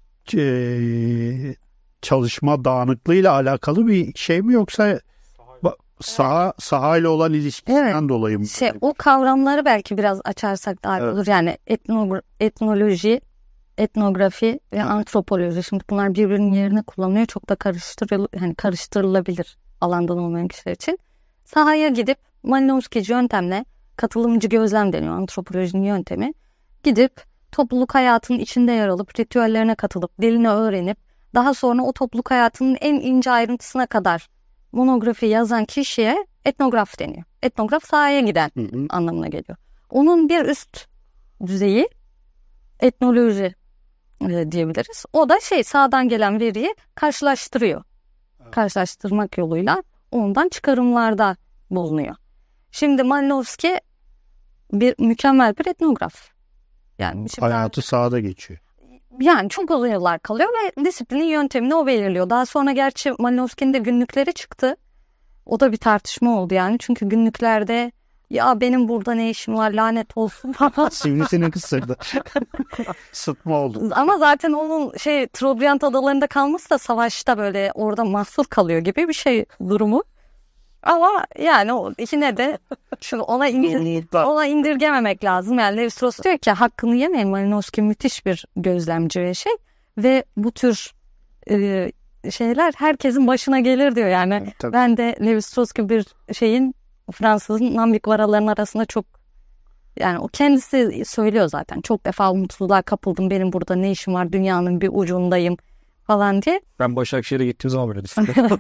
Speaker 1: çalışma dağınıklığıyla alakalı bir şey mi, yoksa sahayla olan ilişkisinden dolayı mı?
Speaker 2: O kavramları belki biraz açarsak daha iyi olur. Yani etnoloji, etnografi ve antropoloji. Şimdi bunlar birbirinin yerine kullanılıyor. Çok da karıştırılabilir alandan olmayan kişiler için. Sahaya gidip Malinowski'ci yöntemle, katılımcı gözlem deniyor antropolojinin yöntemi. Gidip topluluk hayatının içinde yer alıp, ritüellerine katılıp, dilini öğrenip, daha sonra o topluluk hayatının en ince ayrıntısına kadar monografi yazan kişiye etnograf deniyor. Etnograf sahaya giden anlamına geliyor. Onun bir üst düzeyi etnoloji diyebiliriz. O da sağdan gelen veriyi karşılaştırıyor. Karşılaştırmak yoluyla ondan çıkarımlarda bulunuyor. Şimdi Malinowski mükemmel bir etnograf. Yani
Speaker 1: hayatı sahada geçiyor.
Speaker 2: Yani çok uzun yıllar kalıyor ve disiplinin yöntemini o belirliyor. Daha sonra gerçi Malinowski'nin de günlükleri çıktı. O da bir tartışma oldu yani. Çünkü günlüklerde ya benim burada ne işim var, lanet olsun falan.
Speaker 1: Sivrisini kısırdı. Sıtma oldu.
Speaker 2: Ama zaten onun Trobriand adalarında kalması da savaşta böyle orada mahsur kalıyor gibi bir durumu. Ama yani yine de ona indirgememek lazım. Yani Levi-Strauss diyor ki hakkını yemeyin, Malinowski müthiş bir gözlemci ve ve bu tür şeyler herkesin başına gelir diyor yani. Evet, ben de Levi-Strauss gibi bir Fransızın Nambik varaların arasında çok, yani o kendisi söylüyor zaten, çok defa umutsuzluğa kapıldım, benim burada ne işim var, dünyanın bir ucundayım falan diye.
Speaker 3: Ben Başakşehir'e gittiğim zaman böyle düşünüyorum.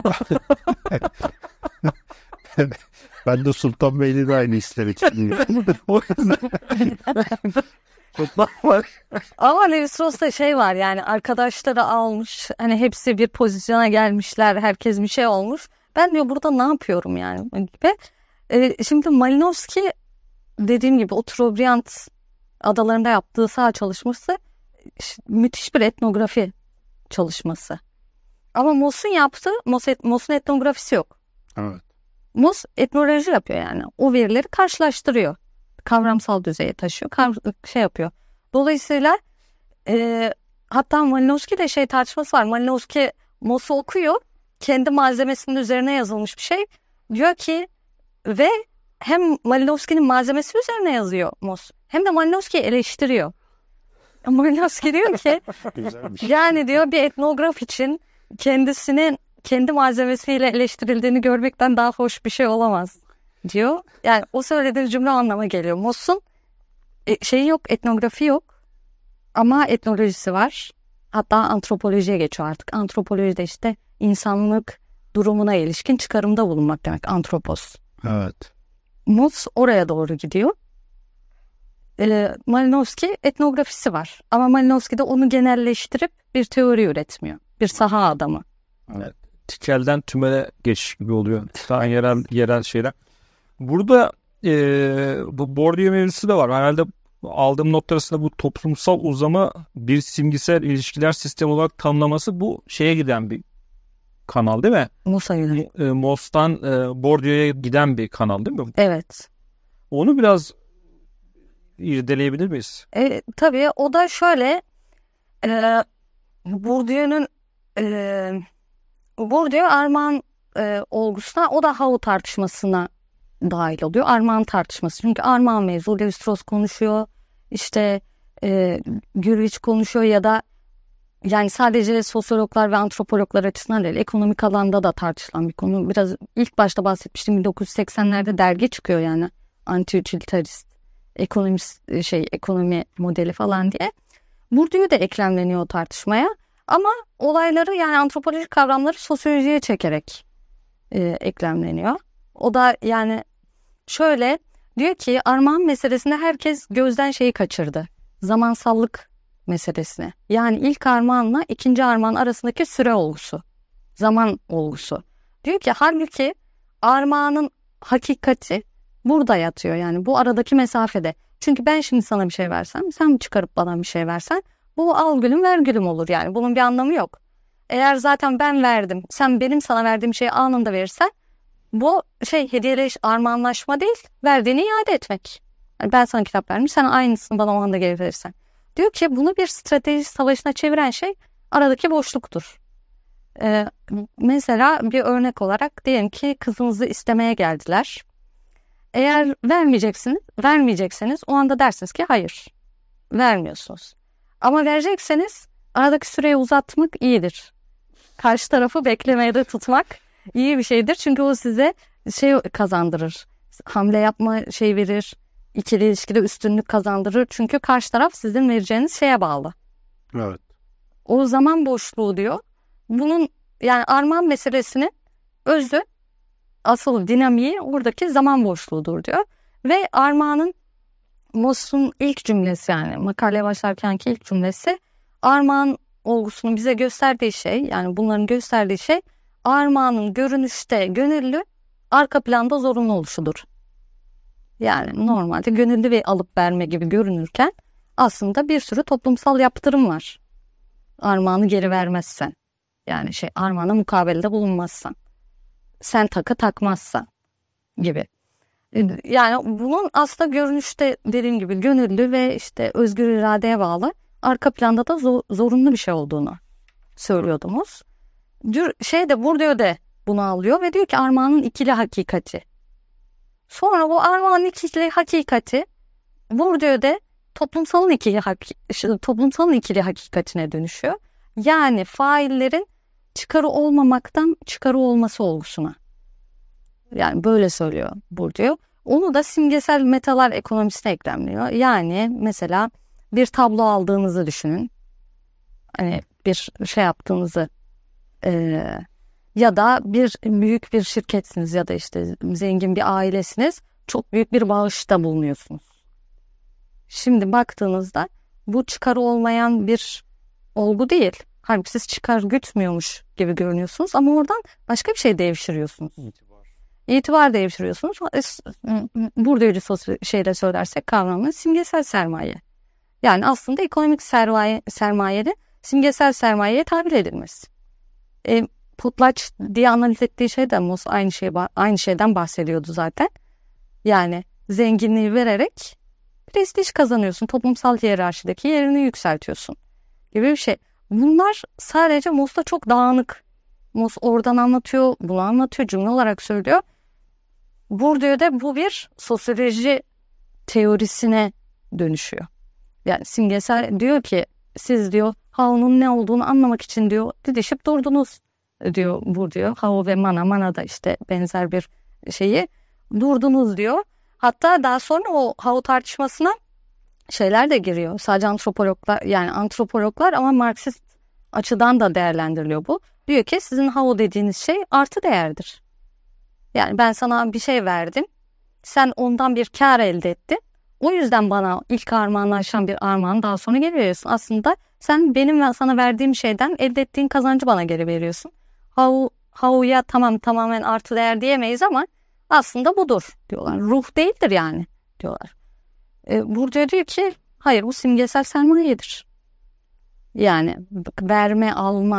Speaker 1: Ben de Sultanbeyli'de aynı hisler içindeyim.
Speaker 3: O yüzden var.
Speaker 2: Ama Levi-Strauss'ta var yani, arkadaşları almış, hani hepsi bir pozisyona gelmişler, herkes bir şey olmuş. Ben diyor burada ne yapıyorum yani gibi. Şimdi Malinowski dediğim gibi o Trobriand adalarında yaptığı saha çalışması müthiş bir etnografi çalışması. Ama Mos'un yaptığı, Mos'un etnografisi yok.
Speaker 1: Evet.
Speaker 2: Mos etnoloji yapıyor yani. O verileri karşılaştırıyor. Kavramsal düzeye taşıyor. Yapıyor. Dolayısıyla hatta Malinowski'de tartışması var. Malinowski Mos'u okuyor. Kendi malzemesinin üzerine yazılmış bir şey. Diyor ki ve hem Malinowski'nin malzemesi üzerine yazıyor Mos, hem de Malinowski'yi eleştiriyor. Malinowski diyor ki yani diyor bir etnograf için kendisinin kendi malzemesiyle eleştirildiğini görmekten daha hoş bir şey olamaz diyor. Yani o söylediği cümle anlama geliyor. Mos'un yok, etnografi yok ama etnolojisi var. Hatta antropolojiye geçiyor artık. Antropolojide işte insanlık durumuna ilişkin çıkarımda bulunmak demek, antropos.
Speaker 1: Evet.
Speaker 2: Mos oraya doğru gidiyor. Malinowski etnografisi var. Ama Malinowski de onu genelleştirip bir teori üretmiyor. Bir saha adamı.
Speaker 3: Evet. Tikelden tümele geçiş gibi oluyor. Daha yerel şeyler. Burada bu Bourdieu mevzusu da var. Herhalde aldığım notlar arasında bu toplumsal uzama bir simgesel ilişkiler sistemi olarak tanımlaması bu şeye giden bir kanal değil mi?
Speaker 2: Moss'a göre.
Speaker 3: Moss'tan Bourdieu'ya giden bir kanal değil mi?
Speaker 2: Evet.
Speaker 3: Onu biraz irdeleyebilir miyiz?
Speaker 2: Tabii o da şöyle Bourdieu'nun Bourdieu Armağan olgusuna, o da Howe tartışmasına dahil oluyor. Armağan tartışması. Çünkü Armağan mevzu, Lévi-Strauss konuşuyor. İşte Gürvich konuşuyor ya da yani sadece sosyologlar ve antropologlar açısından değil, ekonomik alanda da tartışılan bir konu. Biraz ilk başta bahsetmiştim, 1980'lerde dergi çıkıyor yani anti-utilitarist ekonomi modeli falan diye. Bourdieu de eklemleniyor o tartışmaya. Ama olayları, yani antropolojik kavramları sosyolojiye çekerek eklemleniyor. O da yani şöyle diyor ki, armağan meselesinde herkes gözden şeyi kaçırdı. Zamansallık meselesine. Yani ilk armağanla ikinci armağan arasındaki süre olgusu. Zaman olgusu. Diyor ki halbuki armağanın hakikati burada yatıyor. Yani bu aradaki mesafede. Çünkü ben şimdi sana bir şey versem, sen çıkarıp bana bir şey versen, bu al gülüm ver gülüm olur yani. Bunun bir anlamı yok. Eğer zaten ben verdim, sen benim sana verdiğim şeyi anında verirsen, bu hediyeleş, armağanlaşma değil, verdiğini iade etmek. Yani ben sana kitap verdim, sen aynısını bana o anda geri verirsen. Diyor ki bunu bir strateji savaşına çeviren şey aradaki boşluktur. Mesela bir örnek olarak diyelim ki kızınızı istemeye geldiler. Eğer vermeyecekseniz o anda dersiniz ki hayır, vermiyorsunuz. Ama verecekseniz aradaki süreyi uzatmak iyidir. Karşı tarafı beklemeye de tutmak iyi bir şeydir. Çünkü o size kazandırır. Hamle yapma verir. İkili ilişkide üstünlük kazandırır. Çünkü karşı taraf sizin vereceğiniz şeye bağlı.
Speaker 1: Evet.
Speaker 2: O zaman boşluğu diyor. Bunun yani armağan meselesinin özü, asıl dinamiği oradaki zaman boşluğudur diyor. Ve armağanın, Moss'un ilk cümlesi, yani makaleye başlarkenki ilk cümlesi, armağan olgusunun bize gösterdiği şey, yani bunların gösterdiği şey, armağanın görünüşte gönüllü, arka planda zorunlu oluşudur. Yani normalde gönüllü ve alıp verme gibi görünürken aslında bir sürü toplumsal yaptırım var. Armağanı geri vermezsen, yani armağana mukabelede bulunmazsan, sen takmazsan gibi. Yani bunun aslında görünüşte dediğim gibi gönüllü ve özgür iradeye bağlı, arka planda da zorunlu bir şey olduğunu söylüyordunuz. Bourdieu de bunu alıyor ve diyor ki armağanın ikili hakikati. Sonra bu armağanın ikili hakikati Bourdieu'de toplumsalın ikili hakikatine dönüşüyor. Yani faillerin çıkarı olmamaktan çıkarı olması olgusuna. Yani böyle söylüyor Bourdieu. Onu da simgesel metalar ekonomisine eklemliyor. Yani mesela bir tablo aldığınızı düşünün. Hani bir yaptığınızı ya da büyük bir şirketsiniz ya da zengin bir ailesiniz. Çok büyük bir bağışta bulunuyorsunuz. Şimdi baktığınızda bu çıkarı olmayan bir olgu değil. Halbuki siz çıkar gütmüyormuş gibi görünüyorsunuz ama oradan başka bir şey devşiriyorsunuz. İtibar devşiriyorsunuz. Burada söylersek kavramı simgesel sermaye. Yani aslında ekonomik sermayenin simgesel sermayeye tabir edilmesi. Potlatch diye analiz ettiği şey de Moss aynı şeyden bahsediyordu zaten. Yani zenginliği vererek prestij kazanıyorsun. Toplumsal hiyerarşideki yerini yükseltiyorsun gibi bir şey. Bunlar sadece Moss'ta çok dağınık. Moss oradan anlatıyor, bunu anlatıyor, cümle olarak söylüyor. Bourdieu'da bu bir sosyoloji teorisine dönüşüyor. Yani simgesel diyor ki siz diyor Howe'nun ne olduğunu anlamak için diyor didişip durdunuz diyor Bourdieu. Howe ve Mana da benzer bir şeyi durdunuz diyor. Hatta daha sonra o Howe tartışmasına şeyler de giriyor. Sadece antropologlar ama Marksist açıdan da değerlendiriliyor bu. Diyor ki sizin Howe dediğiniz şey artı değerdir. Yani ben sana bir şey verdim. Sen ondan bir kar elde ettin. O yüzden bana ilk armağanlaşan bir armağan daha sonra geri veriyorsun. Aslında sen benim ve sana verdiğim şeyden elde ettiğin kazancı bana geri veriyorsun. Howe'ya tamamen artı değer diyemeyiz ama aslında budur diyorlar. Ruh değildir yani diyorlar. Bourdieu diyor ki hayır, bu simgesel sermayedir. Yani verme alma,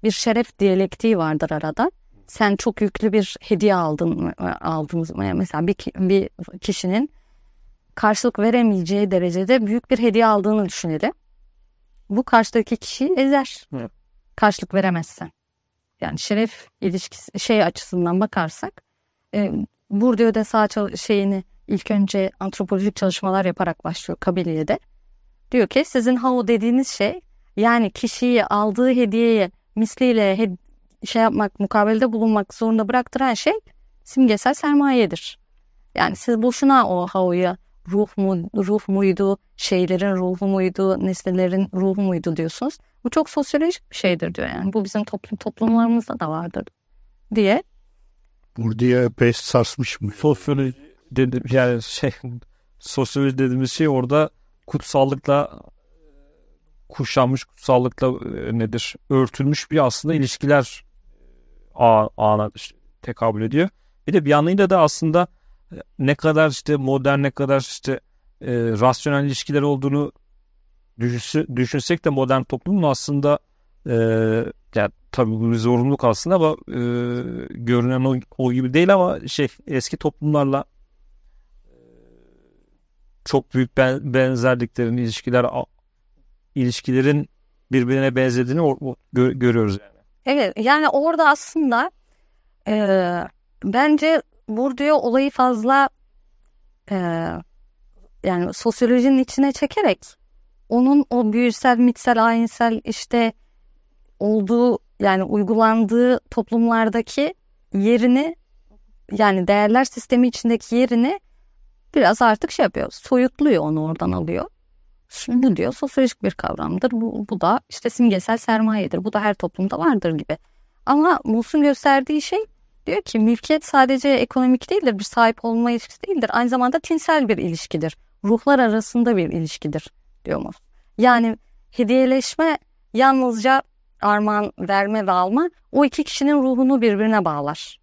Speaker 2: bir şeref diyalektiği vardır arada. Sen çok yüklü bir hediye aldınız mı? Mesela bir kişinin karşılık veremeyeceği derecede büyük bir hediye aldığını düşünelim. Bu karşıdaki kişiyi ezer.
Speaker 3: Evet.
Speaker 2: Karşılık veremezsen. Yani şeref ilişkisi açısından bakarsak Bourdieu'da şeyini ilk önce antropolojik çalışmalar yaparak başlıyor kabilede. Diyor ki sizin hao dediğiniz şey, yani kişiyi aldığı hediyeye misliyle yapmak, mukabelede bulunmak zorunda bıraktıran şey simgesel sermayedir. Yani siz boşuna o hao'ya ruh muydu, şeylerin ruhu muydu, nesnelerin ruhu muydu diyorsunuz. Bu çok sosyolojik bir şeydir diyor yani. Bu bizim toplumlarımızda da vardır diye.
Speaker 1: Bourdieu epey sarsmış mı?
Speaker 3: Sosyoloji sosyoloji dediğimiz şey orada kutsallıkla kuşanmış, kutsallıkla örtülmüş bir aslında ilişkiler ağına tekabül ediyor. Bir de bir yanıyla da aslında ne kadar modern, ne kadar rasyonel ilişkiler olduğunu düşünsek de modern toplumun aslında yani tabii bu bir zorunluluk aslında ama görünen o gibi değil ama eski toplumlarla çok büyük benzerliklerin, ilişkilerin birbirine benzediğini görüyoruz yani.
Speaker 2: Evet, yani orada aslında bence Bourdieu olayı fazla yani sosyolojinin içine çekerek onun o büyüsel, mitsel, ayinsel olduğu, yani uygulandığı toplumlardaki yerini, yani değerler sistemi içindeki yerini biraz artık yapıyor. Soyutluyor, onu oradan alıyor. Bu diyor sosyolojik bir kavramdır. Bu da simgesel sermayedir. Bu da her toplumda vardır gibi. Ama Mos'un gösterdiği şey, diyor ki mülkiyet sadece ekonomik değildir, bir sahip olma ilişkisi değildir. Aynı zamanda tinsel bir ilişkidir. Ruhlar arasında bir ilişkidir diyor Mos. Yani hediyeleşme yalnızca armağan verme ve alma, o iki kişinin ruhunu birbirine bağlar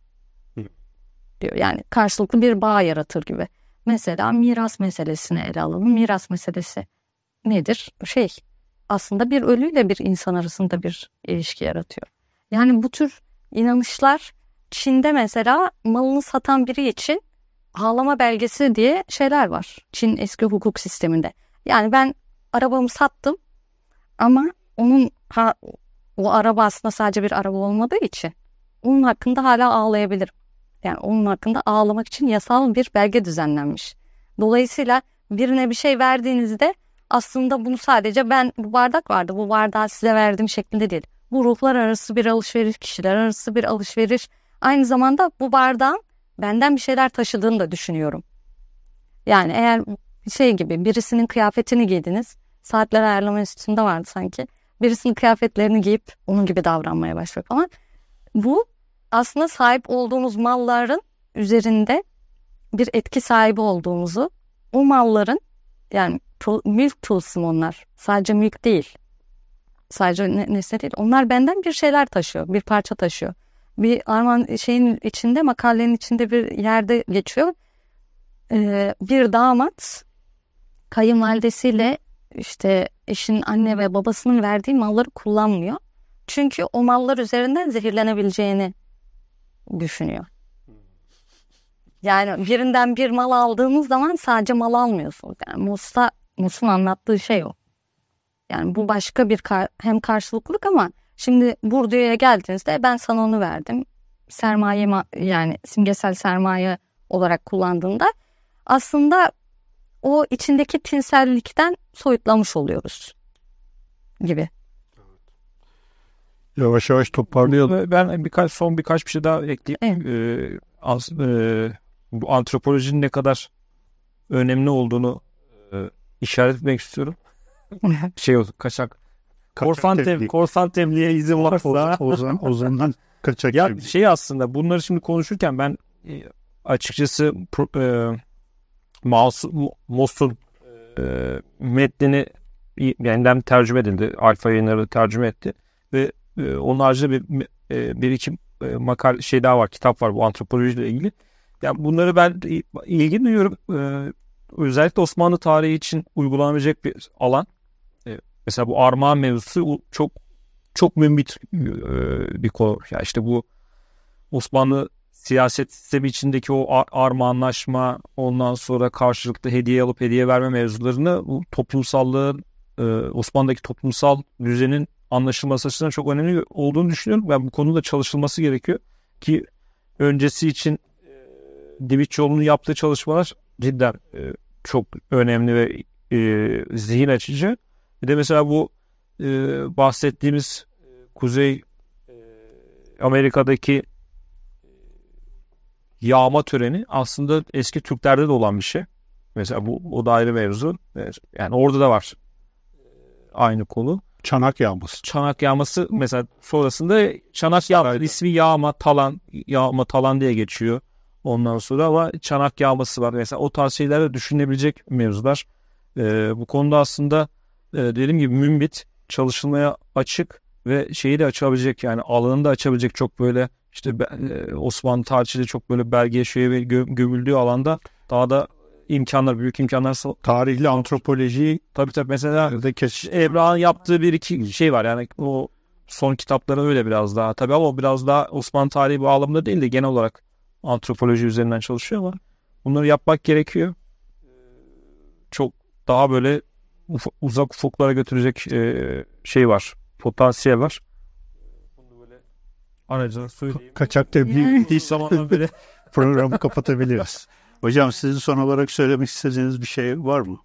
Speaker 2: diyor. Yani karşılıklı bir bağ yaratır gibi. Mesela miras meselesini ele alalım. Miras meselesi nedir? Aslında bir ölüyle bir insan arasında bir ilişki yaratıyor. Yani bu tür inanışlar Çin'de mesela malını satan biri için ağlama belgesi diye şeyler var. Çin eski hukuk sisteminde. Yani ben arabamı sattım ama o araba aslında sadece bir araba olmadığı için onun hakkında hala ağlayabilirim. Yani onun hakkında ağlamak için yasal bir belge düzenlenmiş. Dolayısıyla birine bir şey verdiğinizde aslında bunu sadece bu bardak vardı, bu bardağı size verdiğim şeklinde değil. Bu ruhlar arası bir alışveriş, kişiler arası bir alışveriş. Aynı zamanda bu bardağın benden bir şeyler taşıdığını da düşünüyorum. Yani eğer gibi birisinin kıyafetini giydiniz, saatler ayarlama enstitüsünde vardı sanki. Birisinin kıyafetlerini giyip onun gibi davranmaya başlıyor falan. Bu aslında sahip olduğumuz malların üzerinde bir etki sahibi olduğumuzu, o malların, yani mülk tılsım onlar. Sadece mülk değil. Sadece nesne değil. Onlar benden bir şeyler taşıyor. Bir parça taşıyor. Bir armağan içinde, makalenin içinde bir yerde geçiyor. Bir damat kayınvalidesiyle eşinin anne ve babasının verdiği malları kullanmıyor. Çünkü o mallar üzerinden zehirlenebileceğini düşünüyor. Yani birinden bir mal aldığınız zaman sadece mal almıyorsunuz. Yani Mos'un anlattığı şey o. Yani bu başka bir hem karşılıklılık ama şimdi Bourdieu'ya geldiğinizde ben sana onu verdim. Sermaye, yani simgesel sermaye olarak kullandığında aslında o içindeki tinsellikten soyutlamış oluyoruz gibi.
Speaker 1: Yavaş yavaş toparlayalım.
Speaker 3: Ben birkaç bir şey daha ekleyeyim. Evet. Bu antropolojinin ne kadar önemli olduğunu işaret etmek istiyorum. Korsan tebliğe izin varsa.
Speaker 1: Ozan'dan kaçak tebliğ.
Speaker 3: Aslında bunları şimdi konuşurken ben açıkçası Mos'un metnini yeniden tercüme edildi. Alfa Yayınları tercüme etti ve onun haricinde bir iki makale daha var, kitap var bu antropolojiyle ilgili. Yani bunları ben ilgi duyuyorum. Özellikle Osmanlı tarihi için uygulanabilecek bir alan. Mesela bu armağan mevzusu çok çok mümbit bir konu. Ya işte bu Osmanlı siyaset sistemi içindeki o armağanlaşma, ondan sonra karşılıklı hediye alıp hediye verme mevzularını, bu toplumsallığın, Osmanlı'daki toplumsal düzenin anlaşılması açısından çok önemli olduğunu düşünüyorum. Ben bu konuda çalışılması gerekiyor ki öncesi için Divitçioğlu'nun yaptığı çalışmalar cidden çok önemli ve zihin açıcı. Bir de mesela bu bahsettiğimiz Kuzey Amerika'daki yağma töreni aslında eski Türklerde de olan bir şey. Mesela o da ayrı mevzu. Yani orada da var aynı konu.
Speaker 1: Çanak yağması.
Speaker 3: Çanak yağması mesela sonrasında çanak yağması ismi yağma talan diye geçiyor. Ondan sonra ama çanak yağması var. Mesela o tarz şeyler de düşünülebilecek mevzular. Bu konuda aslında dediğim gibi mümbit, çalışılmaya açık ve şeyi de açabilecek, yani alanını da açabilecek, çok böyle işte Osmanlı tarihçiliği çok böyle belgeye şeye ve gömüldüğü alanda daha da büyük imkanlar.
Speaker 1: Tarihli antropoloji
Speaker 3: tabii mesela Ebrahim'in yaptığı bir iki şey var. Yani o son kitapları öyle biraz daha tabii, ama biraz daha Osmanlı tarihi bağlamında değil de genel olarak antropoloji üzerinden çalışıyor ama bunları yapmak gerekiyor. Çok daha böyle uzak ufuklara götürecek şey var. Potansiyel var. Bunu böyle aracına söyleyeyim.
Speaker 1: Kaçak tebliğ
Speaker 3: değil zamandan böyle
Speaker 1: programı kapatabiliriz. Hocam sizin son olarak söylemek istediğiniz bir şey var mı?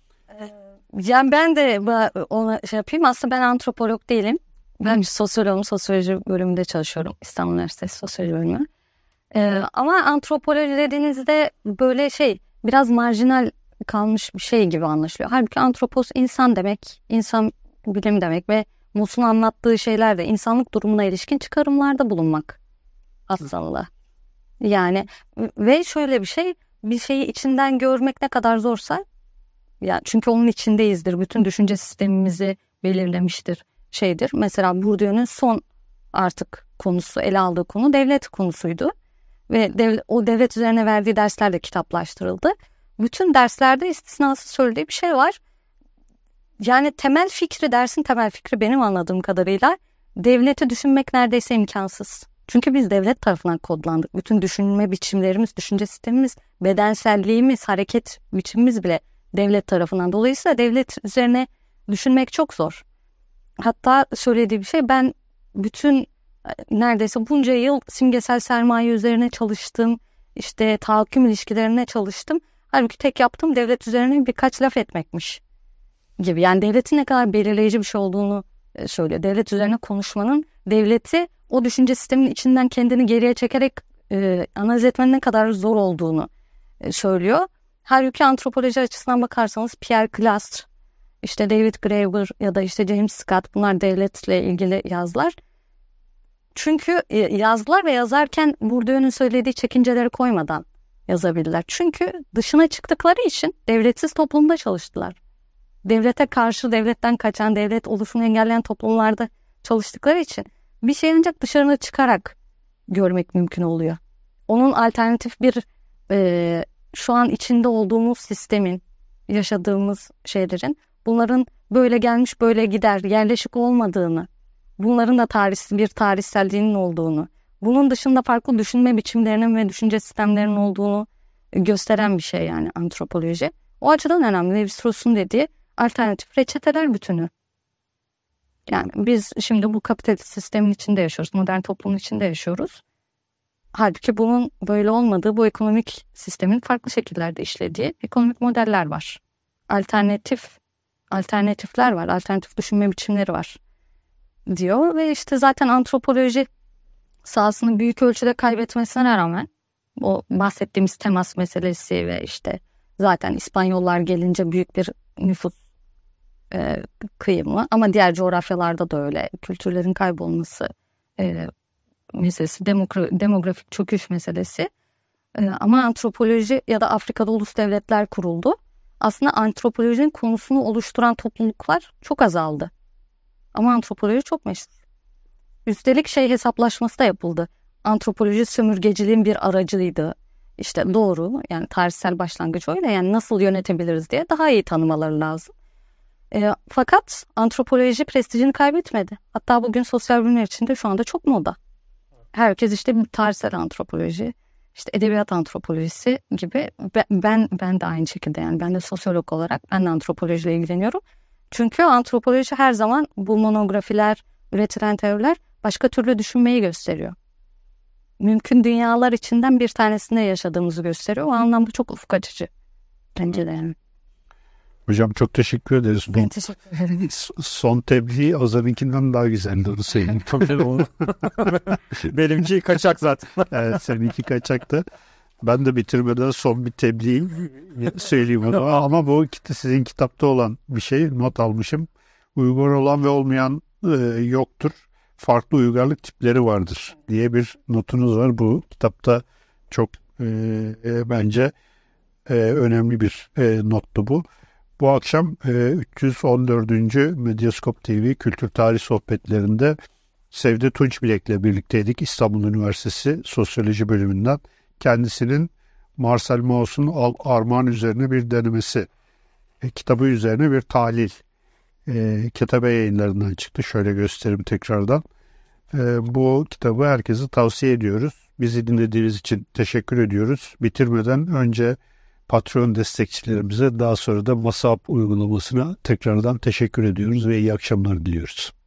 Speaker 2: Yani ben de ona şey yapayım. Aslında ben antropolog değilim. Ben bir sosyoloğum. Sosyoloji bölümünde çalışıyorum. İstanbul Üniversitesi Sosyoloji Bölümü. Ama antropoloji dediğinizde böyle biraz marjinal kalmış bir şey gibi anlaşılıyor. Halbuki antropos insan demek, insan bilimi demek ve Moss'un anlattığı şeyler de insanlık durumuna ilişkin çıkarımlarda bulunmak aslında. Yani ve şöyle bir şeyi içinden görmek ne kadar zorsa, yani çünkü onun içindeyizdir. Bütün düşünce sistemimizi belirlemiştir şeydir. Mesela Bourdieu'nun son artık konusu, ele aldığı konu devlet konusuydu. Ve o devlet üzerine verdiği dersler de kitaplaştırıldı. Bütün derslerde istisnasız söylediği bir şey var. Yani dersin temel fikri benim anladığım kadarıyla devleti düşünmek neredeyse imkansız. Çünkü biz devlet tarafından kodlandık. Bütün düşünme biçimlerimiz, düşünce sistemimiz, bedenselliğimiz, hareket biçimimiz bile devlet tarafından. Dolayısıyla devlet üzerine düşünmek çok zor. Hatta söylediği bir şey, ben neredeyse bunca yıl simgesel sermaye üzerine çalıştım. İşte tahakküm ilişkilerine çalıştım. Halbuki tek yaptığım devlet üzerine birkaç laf etmekmiş gibi. Yani devletin ne kadar belirleyici bir şey olduğunu söylüyor. Devlet üzerine konuşmanın, devleti o düşünce sistemin içinden kendini geriye çekerek analiz etmenin ne kadar zor olduğunu söylüyor. Halbuki antropoloji açısından bakarsanız Pierre Clastre, işte David Graeber ya da işte James Scott, bunlar devletle ilgili yazılar. Çünkü yazdılar ve yazarken Bourdieu'nun söylediği çekinceleri koymadan yazabilirler. Çünkü dışına çıktıkları için devletsiz toplumda çalıştılar. Devlete karşı, devletten kaçan, devlet oluşumunu engelleyen toplumlarda çalıştıkları için bir şeyi ancak dışarına çıkarak görmek mümkün oluyor. Onun alternatif bir şu an içinde olduğumuz sistemin, yaşadığımız şeylerin, bunların böyle gelmiş böyle gider, yerleşik olmadığını, bunların da bir tarihselliğinin olduğunu, bunun dışında farklı düşünme biçimlerinin ve düşünce sistemlerinin olduğunu gösteren bir şey yani antropoloji. O açıdan önemli. Levi-Strauss'un dediği alternatif reçeteler bütünü. Yani biz şimdi bu kapitalist sistemin içinde yaşıyoruz, modern toplumun içinde yaşıyoruz. Halbuki bunun böyle olmadığı, bu ekonomik sistemin farklı şekillerde işlediği ekonomik modeller var. Alternatifler var, alternatif düşünme biçimleri var diyor ve işte zaten antropoloji sahasını büyük ölçüde kaybetmesine rağmen o bahsettiğimiz temas meselesi ve işte zaten İspanyollar gelince büyük bir nüfus kıyımı, ama diğer coğrafyalarda da öyle, kültürlerin kaybolması meselesi, demografik çöküş meselesi, ama antropoloji ya da Afrika'da ulus devletler kuruldu. Aslında antropolojinin konusunu oluşturan topluluklar çok azaldı. Ama antropoloji çok meşhur. Üstelik hesaplaşması da yapıldı. Antropoloji sömürgeciliğin bir aracıydı. İşte doğru, yani tarihsel başlangıç öyle, yani nasıl yönetebiliriz diye daha iyi tanımaları lazım. Fakat antropoloji prestijini kaybetmedi. Hatta bugün sosyal bilimler içinde şu anda çok moda. Herkes işte tarihsel antropoloji, işte edebiyat antropolojisi gibi. Ben de aynı şekilde, yani ben de sosyolog olarak ben de antropolojiyle ilgileniyorum. Çünkü antropoloji her zaman bu monografiler, üretilen teoriler başka türlü düşünmeyi gösteriyor. Mümkün dünyalar içinden bir tanesinde yaşadığımızı gösteriyor. O anlamda çok ufuk açıcı bence de yani.
Speaker 1: Hocam çok teşekkür ederiz.
Speaker 2: Ben teşekkür ederim.
Speaker 1: Son tebliğ Ozan'ınkinden daha güzeldi, onu söyleyeyim.
Speaker 3: Benimki kaçak zaten.
Speaker 1: Evet, seninki kaçaktı. Ben de bitirmeden son bir tebliğ söyleyeyim o zaman. Ama bu sizin kitapta olan bir şey, not almışım. Uygar olan ve olmayan yoktur. Farklı uygarlık tipleri vardır diye bir notunuz var. Bu kitapta çok bence önemli bir nottu bu. Bu akşam 314. Medyaskop TV Kültür Tarih Sohbetlerinde Sevde Tunçbilek'le birlikteydik. İstanbul Üniversitesi Sosyoloji Bölümünden. Kendisinin Marcel Mauss'un Armağan üzerine bir denemesi kitabı üzerine bir tahlil Kitabe Yayınlarından çıktı. Şöyle göstereyim tekrardan. Bu kitabı herkese tavsiye ediyoruz. Bizi dinlediğiniz için teşekkür ediyoruz. Bitirmeden önce Patreon destekçilerimize, daha sonra da Masap uygulamasına tekrardan teşekkür ediyoruz ve iyi akşamlar diliyoruz.